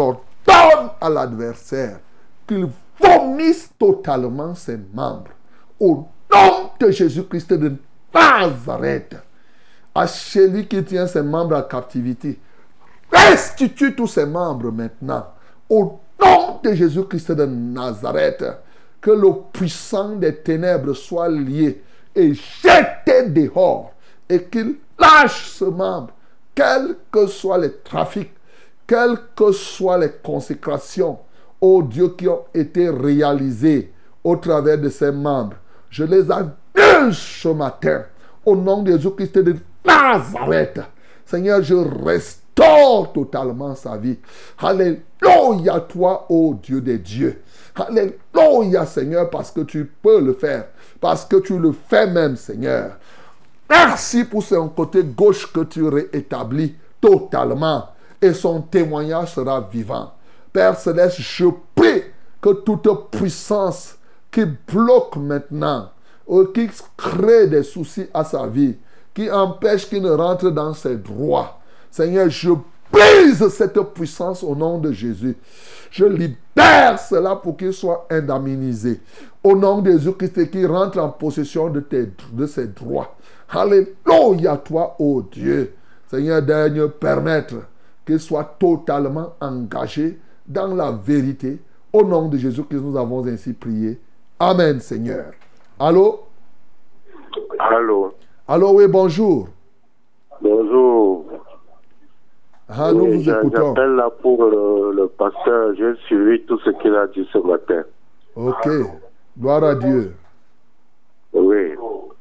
donne à l'adversaire qu'il vomisse totalement ses membres. Au nom de Jésus-Christ de Nazareth, à celui qui tient ses membres en captivité, restitue tous ses membres maintenant. Au nom de Jésus-Christ de Nazareth, que le puissant des ténèbres soit lié et jeté dehors et qu'il lâche ce membre, quels que soient les trafics, quelles que soient les consécrations, ô Dieu, qui ont été réalisées au travers de ces membres. Je les annonce ce matin au nom de Jésus-Christ de Nazareth. Seigneur, je restaure totalement sa vie. Alléluia, toi, ô Dieu des dieux. Alléluia, Seigneur, parce que tu peux le faire. Parce que tu le fais même, Seigneur. Merci pour son côté gauche que tu réétablis totalement. Et son témoignage sera vivant. Père Céleste, je prie que toute puissance qui bloque maintenant, ou qui crée des soucis à sa vie, qui empêche qu'il ne rentre dans ses droits, Seigneur, je brise cette puissance au nom de Jésus. Je libère cela pour qu'il soit indemnisé. Au nom de Jésus-Christ, qu'il rentre en possession de, tes, de ses droits. Alléluia, toi, ô Dieu. Seigneur, daigne permettre qu'il soit totalement engagé dans la vérité. Au nom de Jésus-Christ, nous avons ainsi prié. Amen, Seigneur. Allô? Allô? Allô, oui, bonjour. Bonjour. Ah, nous oui, vous écoutons. J'appelle là pour le, le pasteur. J'ai suivi tout ce qu'il a dit ce matin. Ok. Gloire à Dieu. Oui.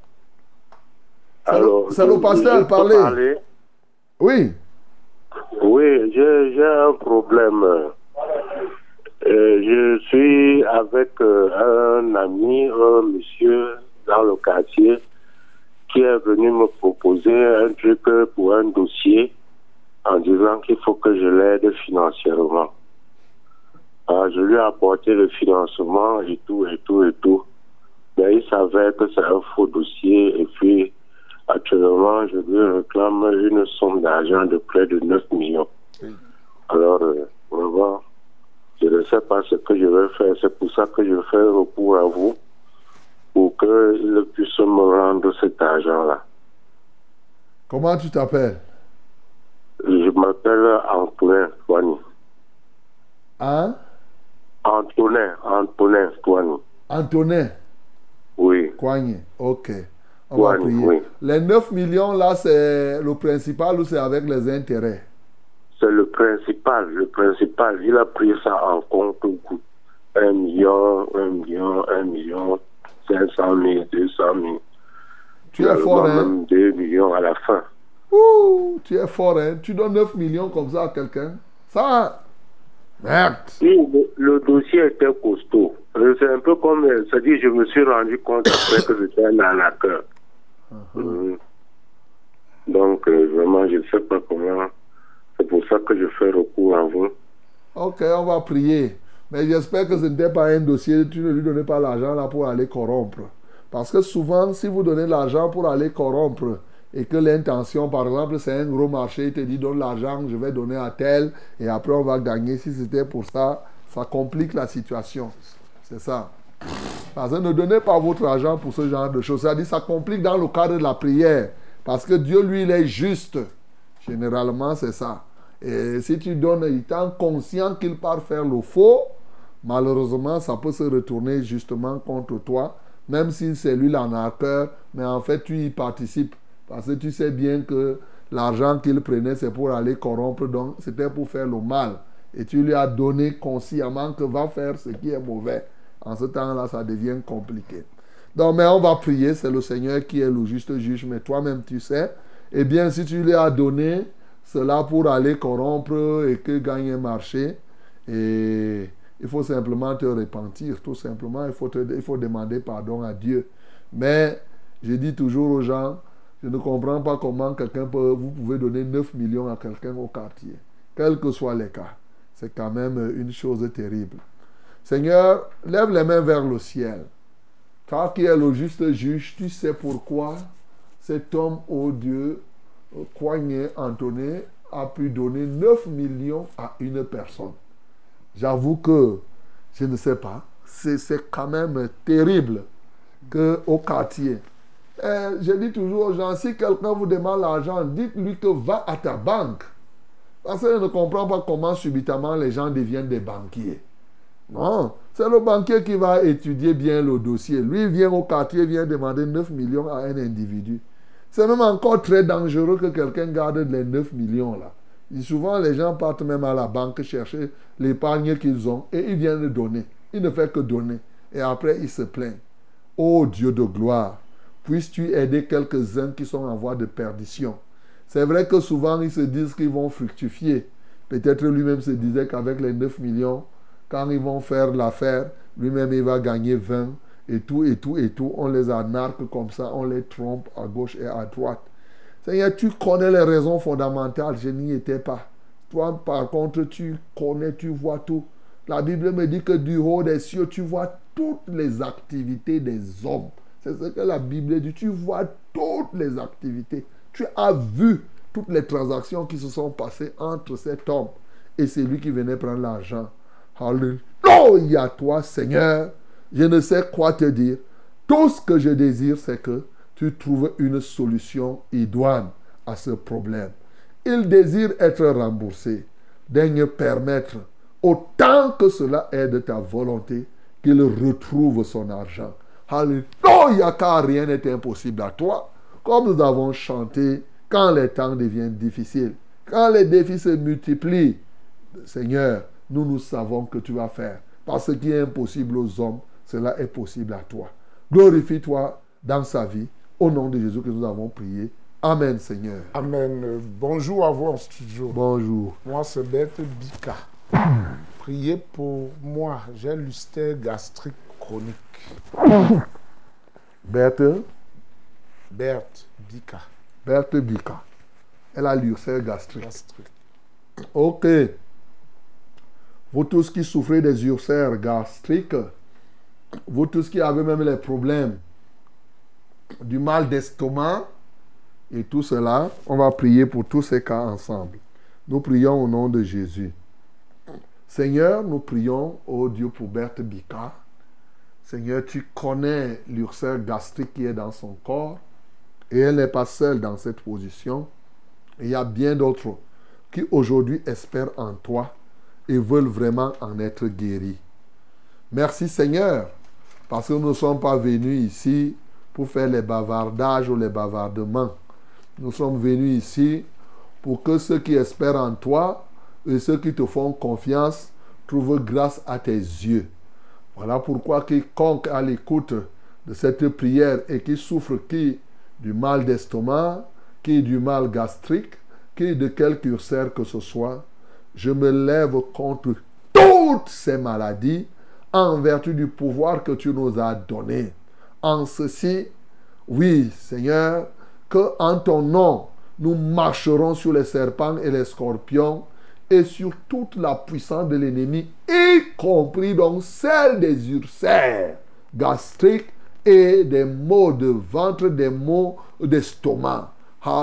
Alors, c'est le pasteur, parlez. Parler? Oui. Oui, j'ai, j'ai un problème. Euh, je suis avec euh, un ami, un monsieur dans le quartier, qui est venu me proposer un truc pour un dossier en disant qu'il faut que je l'aide financièrement. Alors, je lui ai apporté le financement et tout, et tout, et tout. Mais il s'avère que c'est un faux dossier et puis actuellement, je lui réclame une somme d'argent de près de neuf millions. Alors, euh, vraiment, je ne sais pas ce que je vais faire. C'est pour ça que je fais recours à vous pour qu'il puisse me rendre cet argent-là. Comment tu t'appelles? Je m'appelle Antonin Toani. Hein? Antonin, Antonin Toani. Antonin? Oui. Coigné, ok. On Toani, va prier. oui. Les neuf millions là, c'est le principal ou c'est avec les intérêts? C'est le principal, le principal. Il a pris ça en compte. Un million, un million, un million, cinq cent mille, deux cent mille. Tu es fort, hein? Même deux millions à la fin. Ouh, tu es fort, hein? Tu donnes neuf millions comme ça à quelqu'un? Ça, merde. Oui, le, le dossier était costaud. C'est un peu comme, c'est-à-dire, je me suis rendu compte après que j'étais un arnaqueur. Uh-huh. Mmh. Donc, euh, vraiment, je ne sais pas comment. C'est pour ça que je fais recours à vous. Ok, on va prier. Mais j'espère que ce n'était pas un dossier, tu ne lui donnais pas l'argent là pour aller corrompre. Parce que souvent, si vous donnez l'argent pour aller corrompre, et que l'intention, par exemple, c'est un gros marché, il te dit donne l'argent, je vais donner à tel, et après on va gagner. Si c'était pour ça, ça complique la situation. C'est ça. Parce que ne donnez pas votre argent pour ce genre de choses. Ça dit, ça complique dans le cadre de la prière. Parce que Dieu, lui, il est juste. Généralement, c'est ça. Et si tu donnes, étant conscient qu'il part faire le faux, malheureusement, ça peut se retourner justement contre toi, même si c'est lui l'arnaqueur, mais en fait, tu y participes. Parce que tu sais bien que l'argent qu'il prenait, c'est pour aller corrompre, donc c'était pour faire le mal. Et tu lui as donné consciemment que va faire ce qui est mauvais. En ce temps-là, ça devient compliqué. Donc, mais on va prier, c'est le Seigneur qui est le juste juge, mais toi-même tu sais. Eh bien, si tu lui as donné cela pour aller corrompre et que gagne un marché, et il faut simplement te repentir, tout simplement, il faut, te, il faut demander pardon à Dieu. Mais, je dis toujours aux gens, je ne comprends pas comment quelqu'un peut, vous pouvez donner neuf millions à quelqu'un au quartier, quels que soient les cas. C'est quand même une chose terrible. Seigneur, lève les mains vers le ciel. Toi qui es le juste juge, tu sais pourquoi cet homme, ô Dieu, Coigné Antonin, a pu donner neuf millions à une personne. J'avoue que je ne sais pas. C'est, c'est quand même terrible qu'au quartier. Et je dis toujours aux gens, si quelqu'un vous demande l'argent, dites-lui que va à ta banque. Parce que je ne comprends pas comment subitement les gens deviennent des banquiers. Non, c'est le banquier qui va étudier bien le dossier. Lui vient au quartier, vient demander neuf millions à un individu. C'est même encore très dangereux que quelqu'un garde les neuf millions là. Et souvent, les gens partent même à la banque chercher l'épargne qu'ils ont et ils viennent le donner. Il ne fait que donner. Et après, ils se plaignent. Ô Dieu de gloire, puisses-tu aider quelques-uns qui sont en voie de perdition. C'est vrai que souvent, ils se disent qu'ils vont fructifier. Peut-être lui-même se disait qu'avec les neuf millions, quand ils vont faire l'affaire, lui-même, il va gagner vingt et tout, et tout, et tout. On les anarque comme ça, on les trompe à gauche et à droite. Seigneur, tu connais les raisons fondamentales, je n'y étais pas. Toi, par contre, tu connais, tu vois tout. La Bible me dit que du haut des cieux, tu vois toutes les activités des hommes. C'est ce que la Bible dit. Tu vois toutes les activités. Tu as vu toutes les transactions qui se sont passées entre cet homme et celui qui venait prendre l'argent. Alléluia, toi, Seigneur. Je ne sais quoi te dire. Tout ce que je désire, c'est que tu trouves une solution idoine à ce problème. Il désire être remboursé. Daigne permettre, autant que cela est de ta volonté, qu'il retrouve son argent. Alléluia, car rien n'est impossible à toi. Comme nous avons chanté, quand les temps deviennent difficiles, quand les défis se multiplient, Seigneur, nous, nous savons que tu vas faire. Parce que ce qui est impossible aux hommes, cela est possible à toi. Glorifie-toi dans sa vie. Au nom de Jésus que nous avons prié. Amen, Seigneur. Amen. Bonjour à vous en studio. Bonjour. Moi, c'est Berthe Bika. Priez pour moi. J'ai l'ulcère gastrique chronique. Berthe Berthe Bika. Berthe Bika. Elle a l'ulcère gastrique. gastrique. Ok. Vous tous qui souffrez des ulcères gastriques, vous tous qui avez même les problèmes du mal d'estomac et tout cela, on va prier pour tous ces cas ensemble. Nous prions au nom de Jésus. Seigneur, nous prions, ô Dieu, pour Berthe Bika. Seigneur, tu connais l'ulcère gastrique qui est dans son corps et elle n'est pas seule dans cette position. Il y a bien d'autres qui aujourd'hui espèrent en toi et veulent vraiment en être guéris. Merci Seigneur, parce que nous ne sommes pas venus ici pour faire les bavardages ou les bavardements. Nous sommes venus ici pour que ceux qui espèrent en toi et ceux qui te font confiance trouvent grâce à tes yeux. Voilà pourquoi quiconque à l'écoute de cette prière et qui souffre qui du mal d'estomac, qui du mal gastrique, qui de quelque ulcère que ce soit, je me lève contre toutes ces maladies en vertu du pouvoir que tu nous as donné. En ceci, oui, Seigneur, que en ton nom, nous marcherons sur les serpents et les scorpions et sur toute la puissance de l'ennemi, y compris donc celle des ulcères gastriques et des maux de ventre, des maux d'estomac.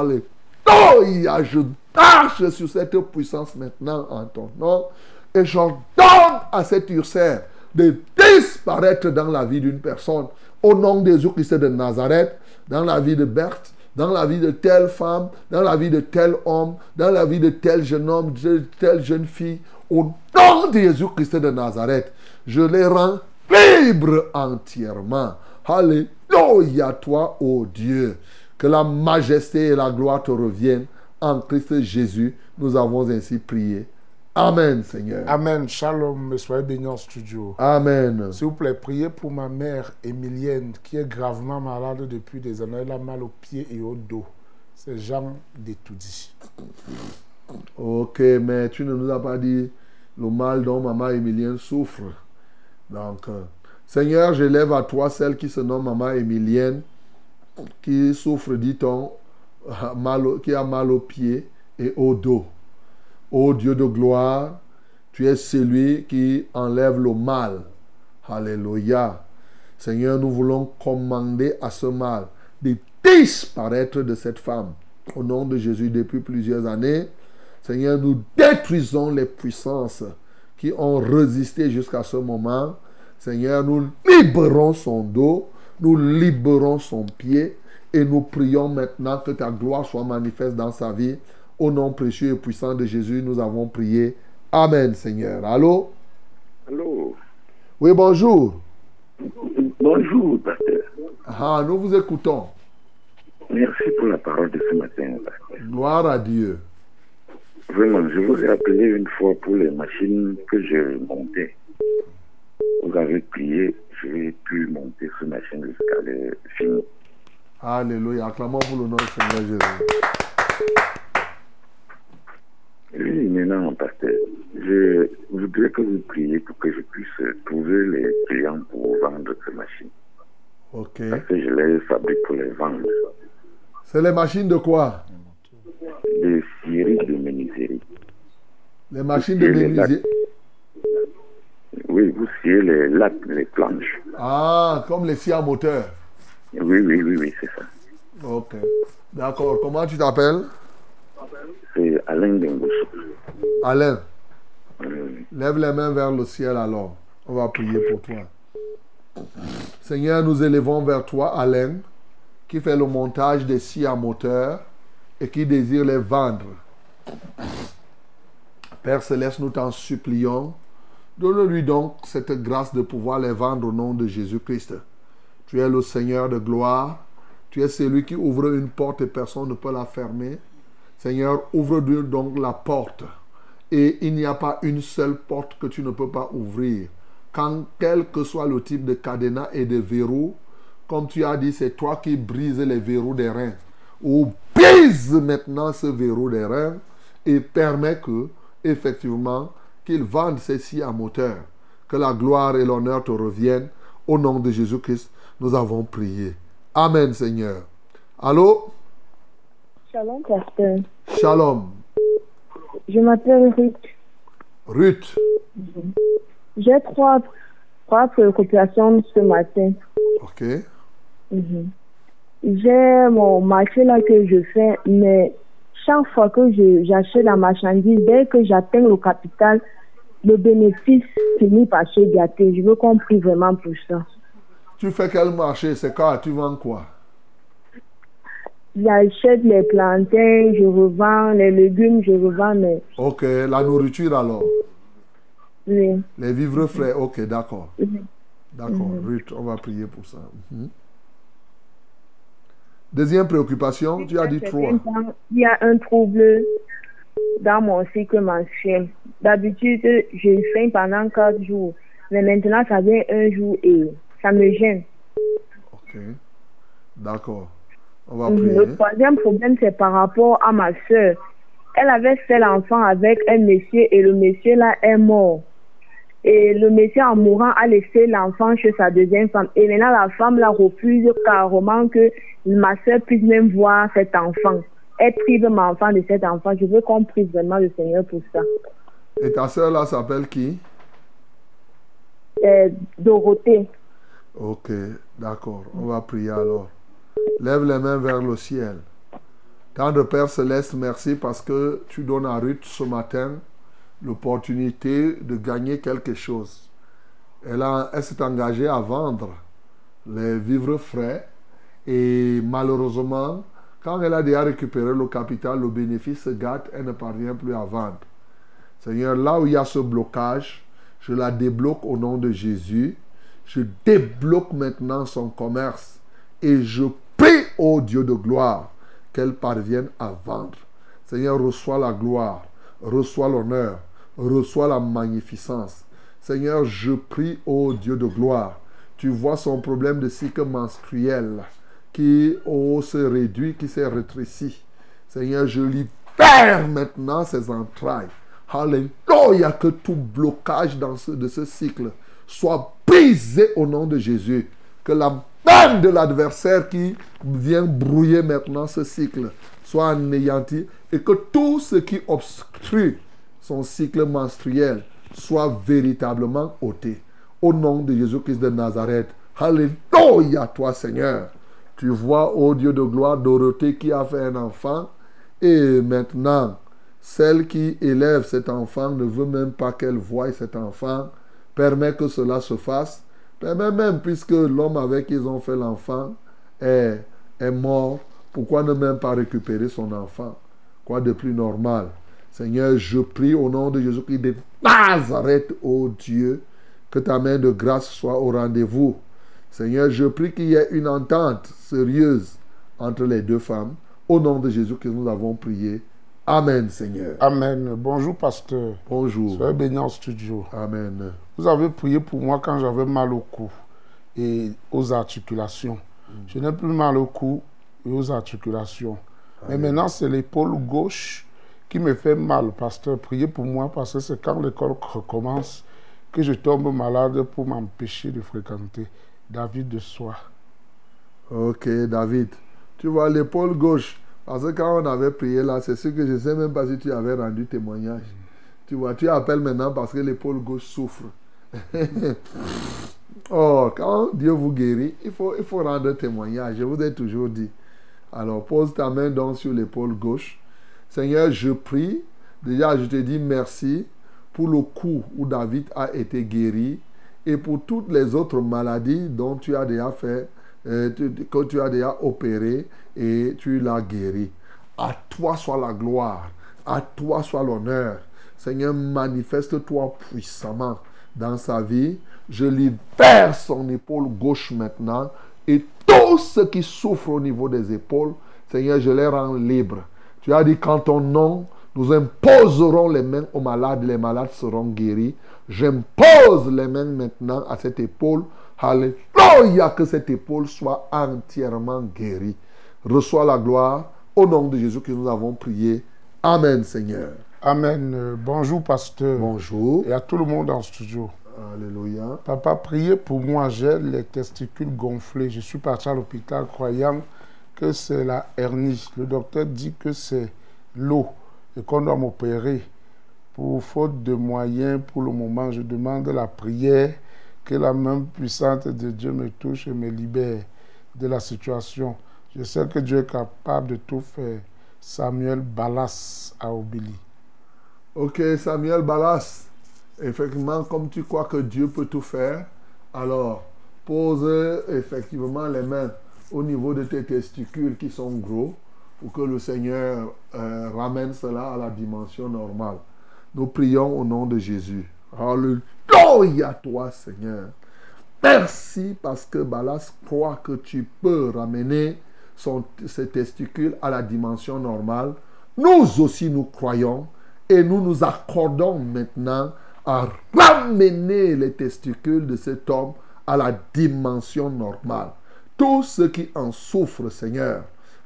Alléluia, je marche sur cette puissance maintenant en ton nom et j'ordonne à cet ulcère de disparaître dans la vie d'une personne au nom de Jésus-Christ de Nazareth, dans la vie de Berthe, dans la vie de telle femme, dans la vie de tel homme, dans la vie de tel jeune homme, de telle jeune fille, au nom de Jésus-Christ de Nazareth, je les rends libres entièrement. Alléluia, toi, ô Dieu, que la majesté et la gloire te reviennent. En Christ Jésus, nous avons ainsi prié. Amen, Seigneur. Amen. Shalom. Soyez bénis en studio. Amen. S'il vous plaît, priez pour ma mère Émilienne qui est gravement malade depuis des années. Elle a mal aux pieds et au dos. C'est Jean d'Etoudi. Ok, mais tu ne nous as pas dit le mal dont maman Émilienne souffre. Donc, euh, Seigneur, je lève à toi celle qui se nomme maman Émilienne, qui souffre, dit-on, mal, qui a mal aux pieds et au dos. Ô Dieu de gloire, tu es celui qui enlève le mal. Alléluia. Seigneur, nous voulons commander à ce mal de disparaître de cette femme. Au nom de Jésus, depuis plusieurs années, Seigneur, nous détruisons les puissances qui ont résisté jusqu'à ce moment. Seigneur, nous libérons son dos, nous libérons son pied et nous prions maintenant que ta gloire soit manifeste dans sa vie. Au nom précieux et puissant de Jésus, nous avons prié. Amen, Seigneur. Allô? Allô? Oui, bonjour. Bonjour, pasteur. Ah, nous vous écoutons. Merci pour la parole de ce matin, pasteur. Gloire à Dieu. Vraiment, je vous ai appelé une fois pour les machines que je montais. Vous avez prié, j'ai pu monter cette machine jusqu'à le fini. Alléluia. Acclamons pour le nom du Seigneur Jésus. Oui, maintenant, pasteur, je voudrais que vous priez pour que je puisse trouver les clients pour vendre ces machines. Ok. Parce que je les fabrique pour les vendre. C'est les machines de quoi? Des scieries de menuiserie. Les machines de menuiserie. Oui, vous sciez les lattes, les planches. Ah, comme les scies à moteur. Oui, oui, oui, oui, c'est ça. Ok. D'accord. Comment tu t'appelles? C'est Alain Dengosso. Alain. Oui. Lève les mains vers le ciel alors. On va prier pour toi. Seigneur, nous élevons vers toi Alain, qui fait le montage des scies à moteur et qui désire les vendre. Père Céleste, nous t'en supplions. Donne-lui donc cette grâce de pouvoir les vendre au nom de Jésus-Christ. Tu es le Seigneur de gloire. Tu es celui qui ouvre une porte et personne ne peut la fermer. Seigneur, ouvre donc la porte. Et il n'y a pas une seule porte que tu ne peux pas ouvrir. Quand quel que soit le type de cadenas et de verrous, comme tu as dit, c'est toi qui brises les verrous des reins. Ou brise maintenant ce verrou des reins et permet que, effectivement, qu'ils vendent ces scies à moteur. Que la gloire et l'honneur te reviennent. Au nom de Jésus-Christ, nous avons prié. Amen, Seigneur. Allô? Shalom, pasteur. Shalom. Je m'appelle Ruth. Ruth. Mm-hmm. J'ai trois, trois préoccupations ce matin. Ok. Mm-hmm. J'ai mon marché là que je fais, mais chaque fois que je, j'achète la marchandise, dès que j'atteins le capital, le bénéfice finit par se gâter. Je veux qu'on prie vraiment pour ça. Tu fais quel marché? C'est quoi? Tu vends quoi? J'achète les plantains, je revends les légumes, je revends mais... Ok, la nourriture alors? Oui. Les vivres frais, ok, d'accord. Oui. D'accord, Mm-hmm. Ruth, on va prier pour ça. Mm-hmm. Deuxième préoccupation, tu as dit trois. Il y a un trouble dans mon cycle menstruel. D'habitude, je fais pendant quatre jours. Mais maintenant, ça vient un jour et ça me gêne. Ok. D'accord. On va Mm-hmm. prier. Le troisième problème, c'est par rapport à ma soeur. Elle avait fait l'enfant avec un monsieur et le monsieur là est mort. Et le monsieur en mourant a laissé l'enfant chez sa deuxième femme. Et maintenant la femme la refuse carrément que ma soeur puisse même voir cet enfant. Elle prive mon enfant de cet enfant. Je veux qu'on prie vraiment le Seigneur pour ça. Et ta soeur là s'appelle qui? Euh, Dorothée. Ok, d'accord. On va prier alors. Lève les mains vers le ciel. Tendre Père Céleste, merci parce que tu donnes à Ruth ce matin l'opportunité de gagner quelque chose. Elle, a, elle s'est engagée à vendre les vivres frais et malheureusement, quand elle a déjà récupéré le capital, le bénéfice se gâte, elle ne parvient plus à vendre. Seigneur, là où il y a ce blocage, je la débloque au nom de Jésus. Je débloque maintenant son commerce et je prie au Dieu de gloire qu'elle parvienne à vendre. Seigneur, reçois la gloire, reçois l'honneur, reçois la magnificence. Seigneur, je prie au Dieu de gloire. Tu vois son problème de cycle menstruel qui oh, se réduit, qui s'est rétréci. Seigneur, je libère maintenant ses entrailles. Alléluia, que tout blocage dans ce, de ce cycle soit brisé au nom de Jésus. Que la main de l'adversaire qui vient brouiller maintenant ce cycle soit anéanti et que tout ce qui obstrue son cycle menstruel soit véritablement ôté. Au nom de Jésus-Christ de Nazareth. Alléluia, toi Seigneur. Tu vois, ô Dieu de gloire, Dorothée qui a fait un enfant et maintenant celle qui élève cet enfant ne veut même pas qu'elle voie cet enfant, permet que cela se fasse, permet même, puisque l'homme avec qui ils ont fait l'enfant est, est mort, pourquoi ne même pas récupérer son enfant? Quoi de plus normal? Seigneur, je prie au nom de Jésus-Christ de Nazareth, ô Dieu, que ta main de grâce soit au rendez-vous. Seigneur, je prie qu'il y ait une entente sérieuse entre les deux femmes. Au nom de Jésus que nous avons prié. Amen, Seigneur. Amen. Bonjour, pasteur. Bonjour. Soyez béni en studio. Amen. Vous avez prié pour moi quand j'avais mal au cou et aux articulations. Mm. Je n'ai plus mal au cou et aux articulations. Amen. Mais maintenant, c'est l'épaule gauche qui me fait mal. Pasteur, priez pour moi parce que c'est quand l'école recommence que je tombe malade pour m'empêcher de fréquenter. David de Soie. Ok, David. Tu vois, l'épaule gauche, parce que quand on avait prié là, c'est sûr que je ne sais même pas si tu avais rendu témoignage. Mm. Tu vois, tu appelles maintenant parce que l'épaule gauche souffre. Oh, quand Dieu vous guérit, il faut, il faut rendre témoignage. Je vous ai toujours dit. Alors, pose ta main donc sur l'épaule gauche. Seigneur, je prie. Déjà, je te dis merci pour le coup où David a été guéri et pour toutes les autres maladies dont tu as déjà fait, euh, tu, que tu as déjà opéré et tu l'as guéri. À toi soit la gloire, à toi soit l'honneur. Seigneur, manifeste-toi puissamment dans sa vie. Je libère son épaule gauche maintenant et tous ceux qui souffrent au niveau des épaules, Seigneur, je les rends libres. Tu as dit qu'en ton nom, nous imposerons les mains aux malades, les malades seront guéris. J'impose les mains maintenant à cette épaule. Alléluia, que cette épaule soit entièrement guérie. Reçois la gloire au nom de Jésus que nous avons prié. Amen, Seigneur. Amen. Euh, bonjour, pasteur. Bonjour. Et à tout le monde en studio. Alléluia. Papa, priez pour moi. J'ai les testicules gonflés. Je suis parti à l'hôpital croyant que c'est la hernie. Le docteur dit que c'est l'eau et qu'on doit m'opérer. Pour faute de moyens, pour le moment, je demande la prière, que la main puissante de Dieu me touche et me libère de la situation. Je sais que Dieu est capable de tout faire. Samuel Ballas à Obili. Ok, Samuel Ballas. Effectivement, comme tu crois que Dieu peut tout faire, alors pose effectivement les mains au niveau de tes testicules qui sont gros pour que le Seigneur euh, ramène cela à la dimension normale. Nous prions au nom de Jésus. Alléluia à toi, Seigneur. Merci parce que Ballas croit que tu peux ramener son, ses testicules à la dimension normale. Nous aussi, nous croyons et nous nous accordons maintenant à ramener les testicules de cet homme à la dimension normale. Tous ceux qui en souffrent, Seigneur,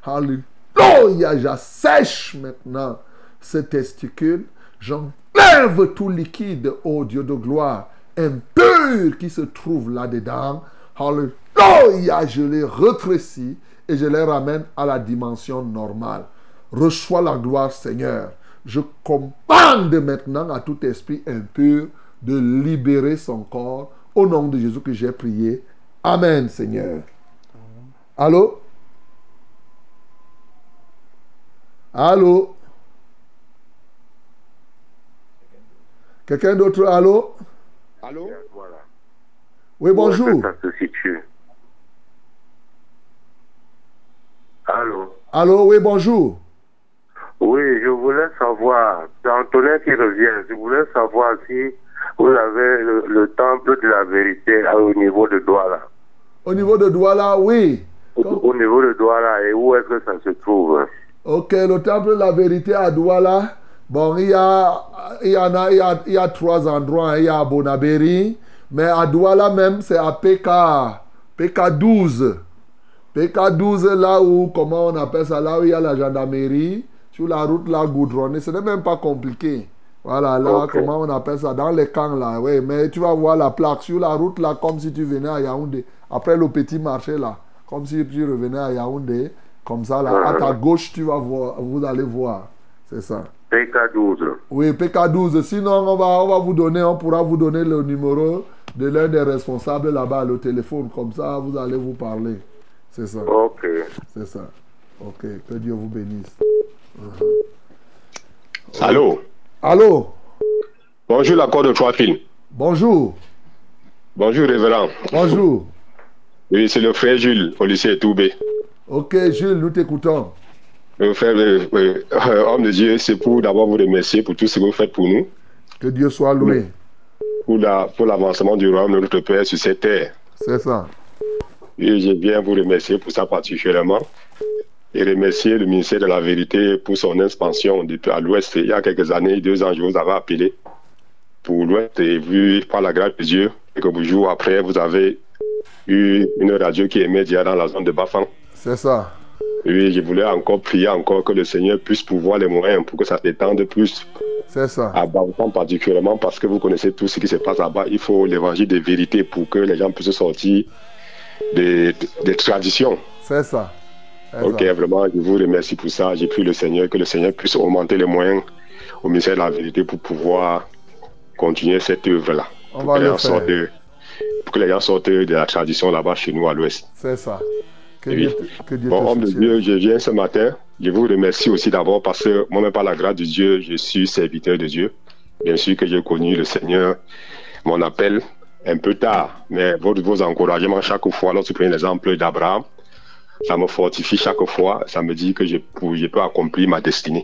alléluia, j'assèche maintenant ces testicules, j'enlève tout liquide, ô Dieu de gloire, impur qui se trouve là-dedans, alléluia, je les rétrécis et je les ramène à la dimension normale. Reçois la gloire, Seigneur. Je commande maintenant à tout esprit impur de libérer son corps au nom de Jésus que j'ai prié. Amen, Seigneur. Allô? Allô? Quelqu'un d'autre? Allô? Allô? Voilà. Oui, bonjour. Où est-ce que ça se situe? Allô? Allô, oui, bonjour. Oui, je voulais savoir, c'est Antonin qui revient, je voulais savoir si vous avez le, le temple de la vérité au niveau de Douala. Au niveau de Douala, oui. Au, au niveau de Douala, et où est-ce que ça se trouve? Ok, le temple de la vérité à Douala, bon, il y a, il y en a, il y a, il y a trois endroits, il y a à Bonaberi, mais à Douala même, c'est à P K, P K douze. P K douze, là où, comment on appelle ça, là où il y a la gendarmerie, sur la route là, goudronnée, ce n'est même pas compliqué. Voilà, là, okay. Comment on appelle ça, dans les camps là, oui, mais tu vas voir la plaque sur la route là, comme si tu venais à Yaoundé, après le petit marché là, comme si tu revenais à Yaoundé, comme ça là, à ta gauche, tu vas voir, vous allez voir, c'est ça. P K douze. Oui, P K douze, sinon on va, on va vous donner, on pourra vous donner le numéro de l'un des responsables là-bas, le téléphone, comme ça, vous allez vous parler, c'est ça. Ok. C'est ça. Ok, que Dieu vous bénisse. Uh-huh. Allô? Allô? Bonjour, l'accord de trois films. Bonjour. Bonjour, révérend. Bonjour. Oui, c'est le frère Jules, au lycée Toubé. Ok, Jules, nous t'écoutons. Le frère, euh, euh, homme de Dieu, c'est pour d'abord vous remercier pour tout ce que vous faites pour nous. Que Dieu soit loué. Pour la, pour l'avancement du royaume de notre Père sur cette terre. C'est ça. Et je viens vous remercier pour ça particulièrement. Et remercier le ministère de la Vérité pour son expansion depuis à l'Ouest. Il y a quelques années, deux ans, je vous avais appelé pour l'Ouest et vu par la grâce de Dieu, quelques jours après, vous avez eu une radio qui émet déjà dans la zone de Bafang. C'est ça. Oui, je voulais encore prier encore que le Seigneur puisse pouvoir les moyens pour que ça s'étende plus. C'est ça. À Bafang particulièrement parce que vous connaissez tout ce qui se passe là-bas. Il faut l'évangile de vérité pour que les gens puissent sortir des, des traditions. C'est ça. Ok, ça. Vraiment, je vous remercie pour ça. J'ai pris le Seigneur, que le Seigneur puisse augmenter les moyens au ministère de la Vérité pour pouvoir continuer cette œuvre-là. On va le faire. De, pour que les gens sortent de la tradition là-bas chez nous à l'Ouest. C'est ça. Que oui. Dieu, que Dieu bon, te homme de soutienne. Dieu, je viens ce matin. Je vous remercie aussi d'abord parce que moi-même, par la grâce de Dieu, je suis serviteur de Dieu. Bien sûr que j'ai connu le Seigneur, mon appel, un peu tard. Mais vos, vos encouragements chaque fois, lorsque je prends l'exemple d'Abraham, ça me fortifie chaque fois. Ça me dit que je, je peux accomplir ma destinée.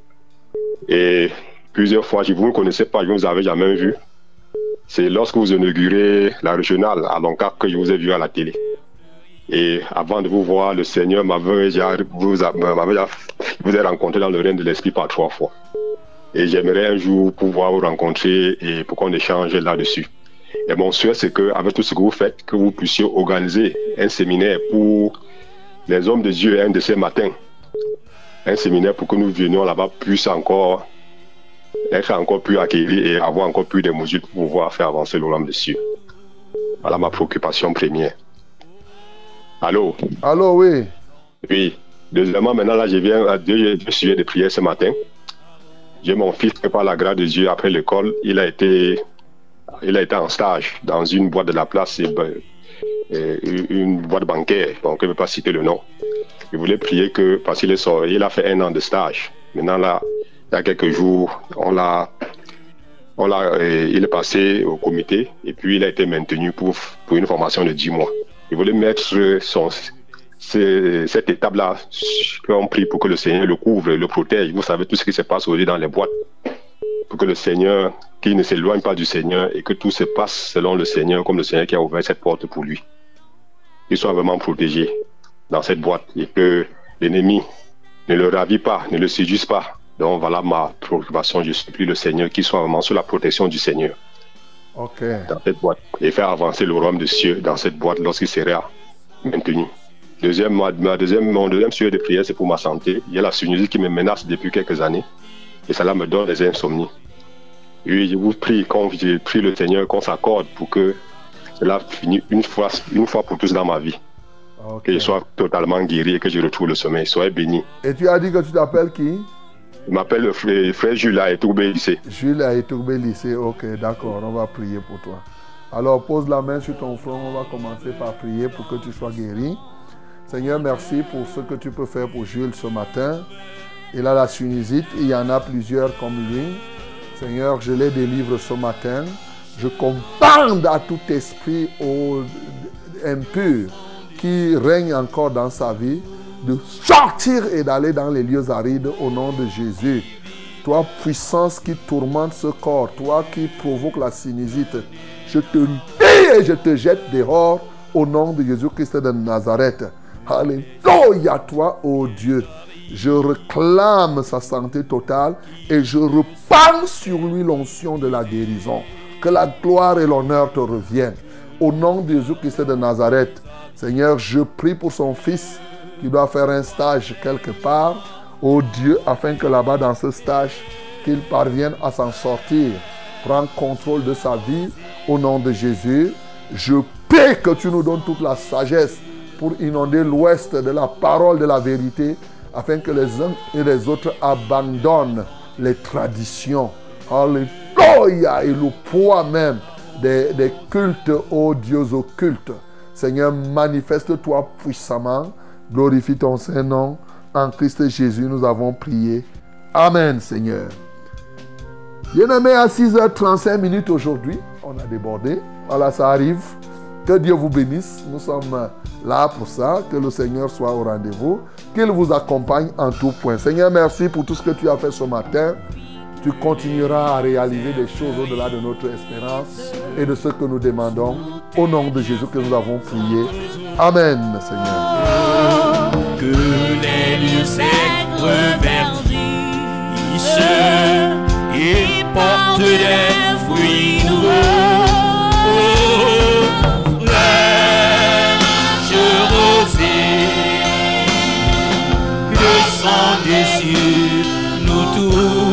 Et plusieurs fois, je vous ne connaissais pas, je ne vous avais jamais vu. C'est lorsque vous inaugurez la régionale à Loncar que je vous ai vu à la télé. Et avant de vous voir, le Seigneur m'avait vous, vous a rencontré dans le règne de l'Esprit par trois fois. Et j'aimerais un jour pouvoir vous rencontrer et pour qu'on échange là-dessus. Et mon souhait, c'est qu'avec tout ce que vous faites, que vous puissiez organiser un séminaire pour les hommes de Dieu un de ces matins. Un séminaire pour que nous venions là-bas plus encore, être encore plus acquéris et avoir encore plus de mesures pour pouvoir faire avancer le royaume de Dieu. Voilà ma préoccupation première. Allô? Allô, oui. Oui. Deuxièmement, maintenant, là, je viens à deux, deux sujets de prière ce matin. J'ai mon fils qui, par la grâce de Dieu, après l'école, il a été, il a été en stage dans une boîte de la place, et, et, une boîte bancaire, donc je ne vais pas citer le nom. Je voulais prier que, parce qu'il est sorti, il a fait un an de stage. Maintenant, là, il y a quelques jours, on l'a, on l'a, il est passé au comité et puis il a été maintenu pour, pour une formation de dix mois. Il voulait mettre son, cette étape-là qu'on prie pour que le Seigneur le couvre, le protège. Vous savez tout ce qui se passe aujourd'hui dans les boîtes. Pour que le Seigneur, qu'il ne s'éloigne pas du Seigneur et que tout se passe selon le Seigneur, comme le Seigneur qui a ouvert cette porte pour lui. Qu'il soit vraiment protégé dans cette boîte et que l'ennemi ne le ravit pas, ne le séduise pas. Donc voilà ma préoccupation. Je supplie le Seigneur qu'il soit vraiment sous la protection du Seigneur. Ok. Dans cette boîte et faire avancer le royaume de Dieu dans cette boîte lorsqu'il sera maintenu. Deuxième, ma, ma deuxième, mon deuxième sujet de prière, c'est pour ma santé. Il y a la sinusite qui me menace depuis quelques années et cela me donne des insomnies. Et je vous prie, quand je prie le Seigneur, qu'on s'accorde pour que cela finisse une fois, une fois pour tous dans ma vie. Okay. Que je sois totalement guéri et que je retrouve le sommeil. Soyez béni. Et tu as dit que tu t'appelles qui? Je m'appelle le frère, frère Jules à Etoubé lycée. Jules à Etoubé lycée, ok, d'accord, on va prier pour toi. Alors pose la main sur ton front, on va commencer par prier pour que tu sois guéri. Seigneur, merci pour ce que tu peux faire pour Jules ce matin. Il a la sinusite, il y en a plusieurs comme lui. Seigneur, je les délivre ce matin. Je commande à tout esprit impur qui règne encore dans sa vie de sortir et d'aller dans les lieux arides au nom de Jésus. Toi, puissance qui tourmente ce corps, toi qui provoque la sinusite, je te dis et je te jette dehors au nom de Jésus-Christ de Nazareth. Alléluia, toi, ô Dieu. Je réclame sa santé totale et je repends sur lui l'onction de la guérison. Que la gloire et l'honneur te reviennent. Au nom de Jésus-Christ de Nazareth, Seigneur, je prie pour son fils qui doit faire un stage quelque part, ô Dieu, afin que là-bas, dans ce stage, qu'il parvienne à s'en sortir. Prends contrôle de sa vie, au nom de Jésus. Je prie que tu nous donnes toute la sagesse pour inonder l'Ouest de la parole de la vérité, afin que les uns et les autres abandonnent les traditions. Alléluia! Et le poids même des, des cultes, ô Dieu occultes. Seigneur, manifeste-toi puissamment. Glorifie ton Saint-Nom. En Christ Jésus, nous avons prié. Amen, Seigneur. Bien-aimés, à six heures trente-cinq minutes aujourd'hui, on a débordé. Voilà, ça arrive. Que Dieu vous bénisse. Nous sommes là pour ça. Que le Seigneur soit au rendez-vous. Qu'il vous accompagne en tout point. Seigneur, merci pour tout ce que tu as fait ce matin. Tu continueras à réaliser des choses au-delà de notre espérance et de ce que nous demandons. Au nom de Jésus que nous avons prié. Amen, Seigneur. Que les lieux secs reverdissent et portent des fruits nouveaux. Descendez sur nous tous.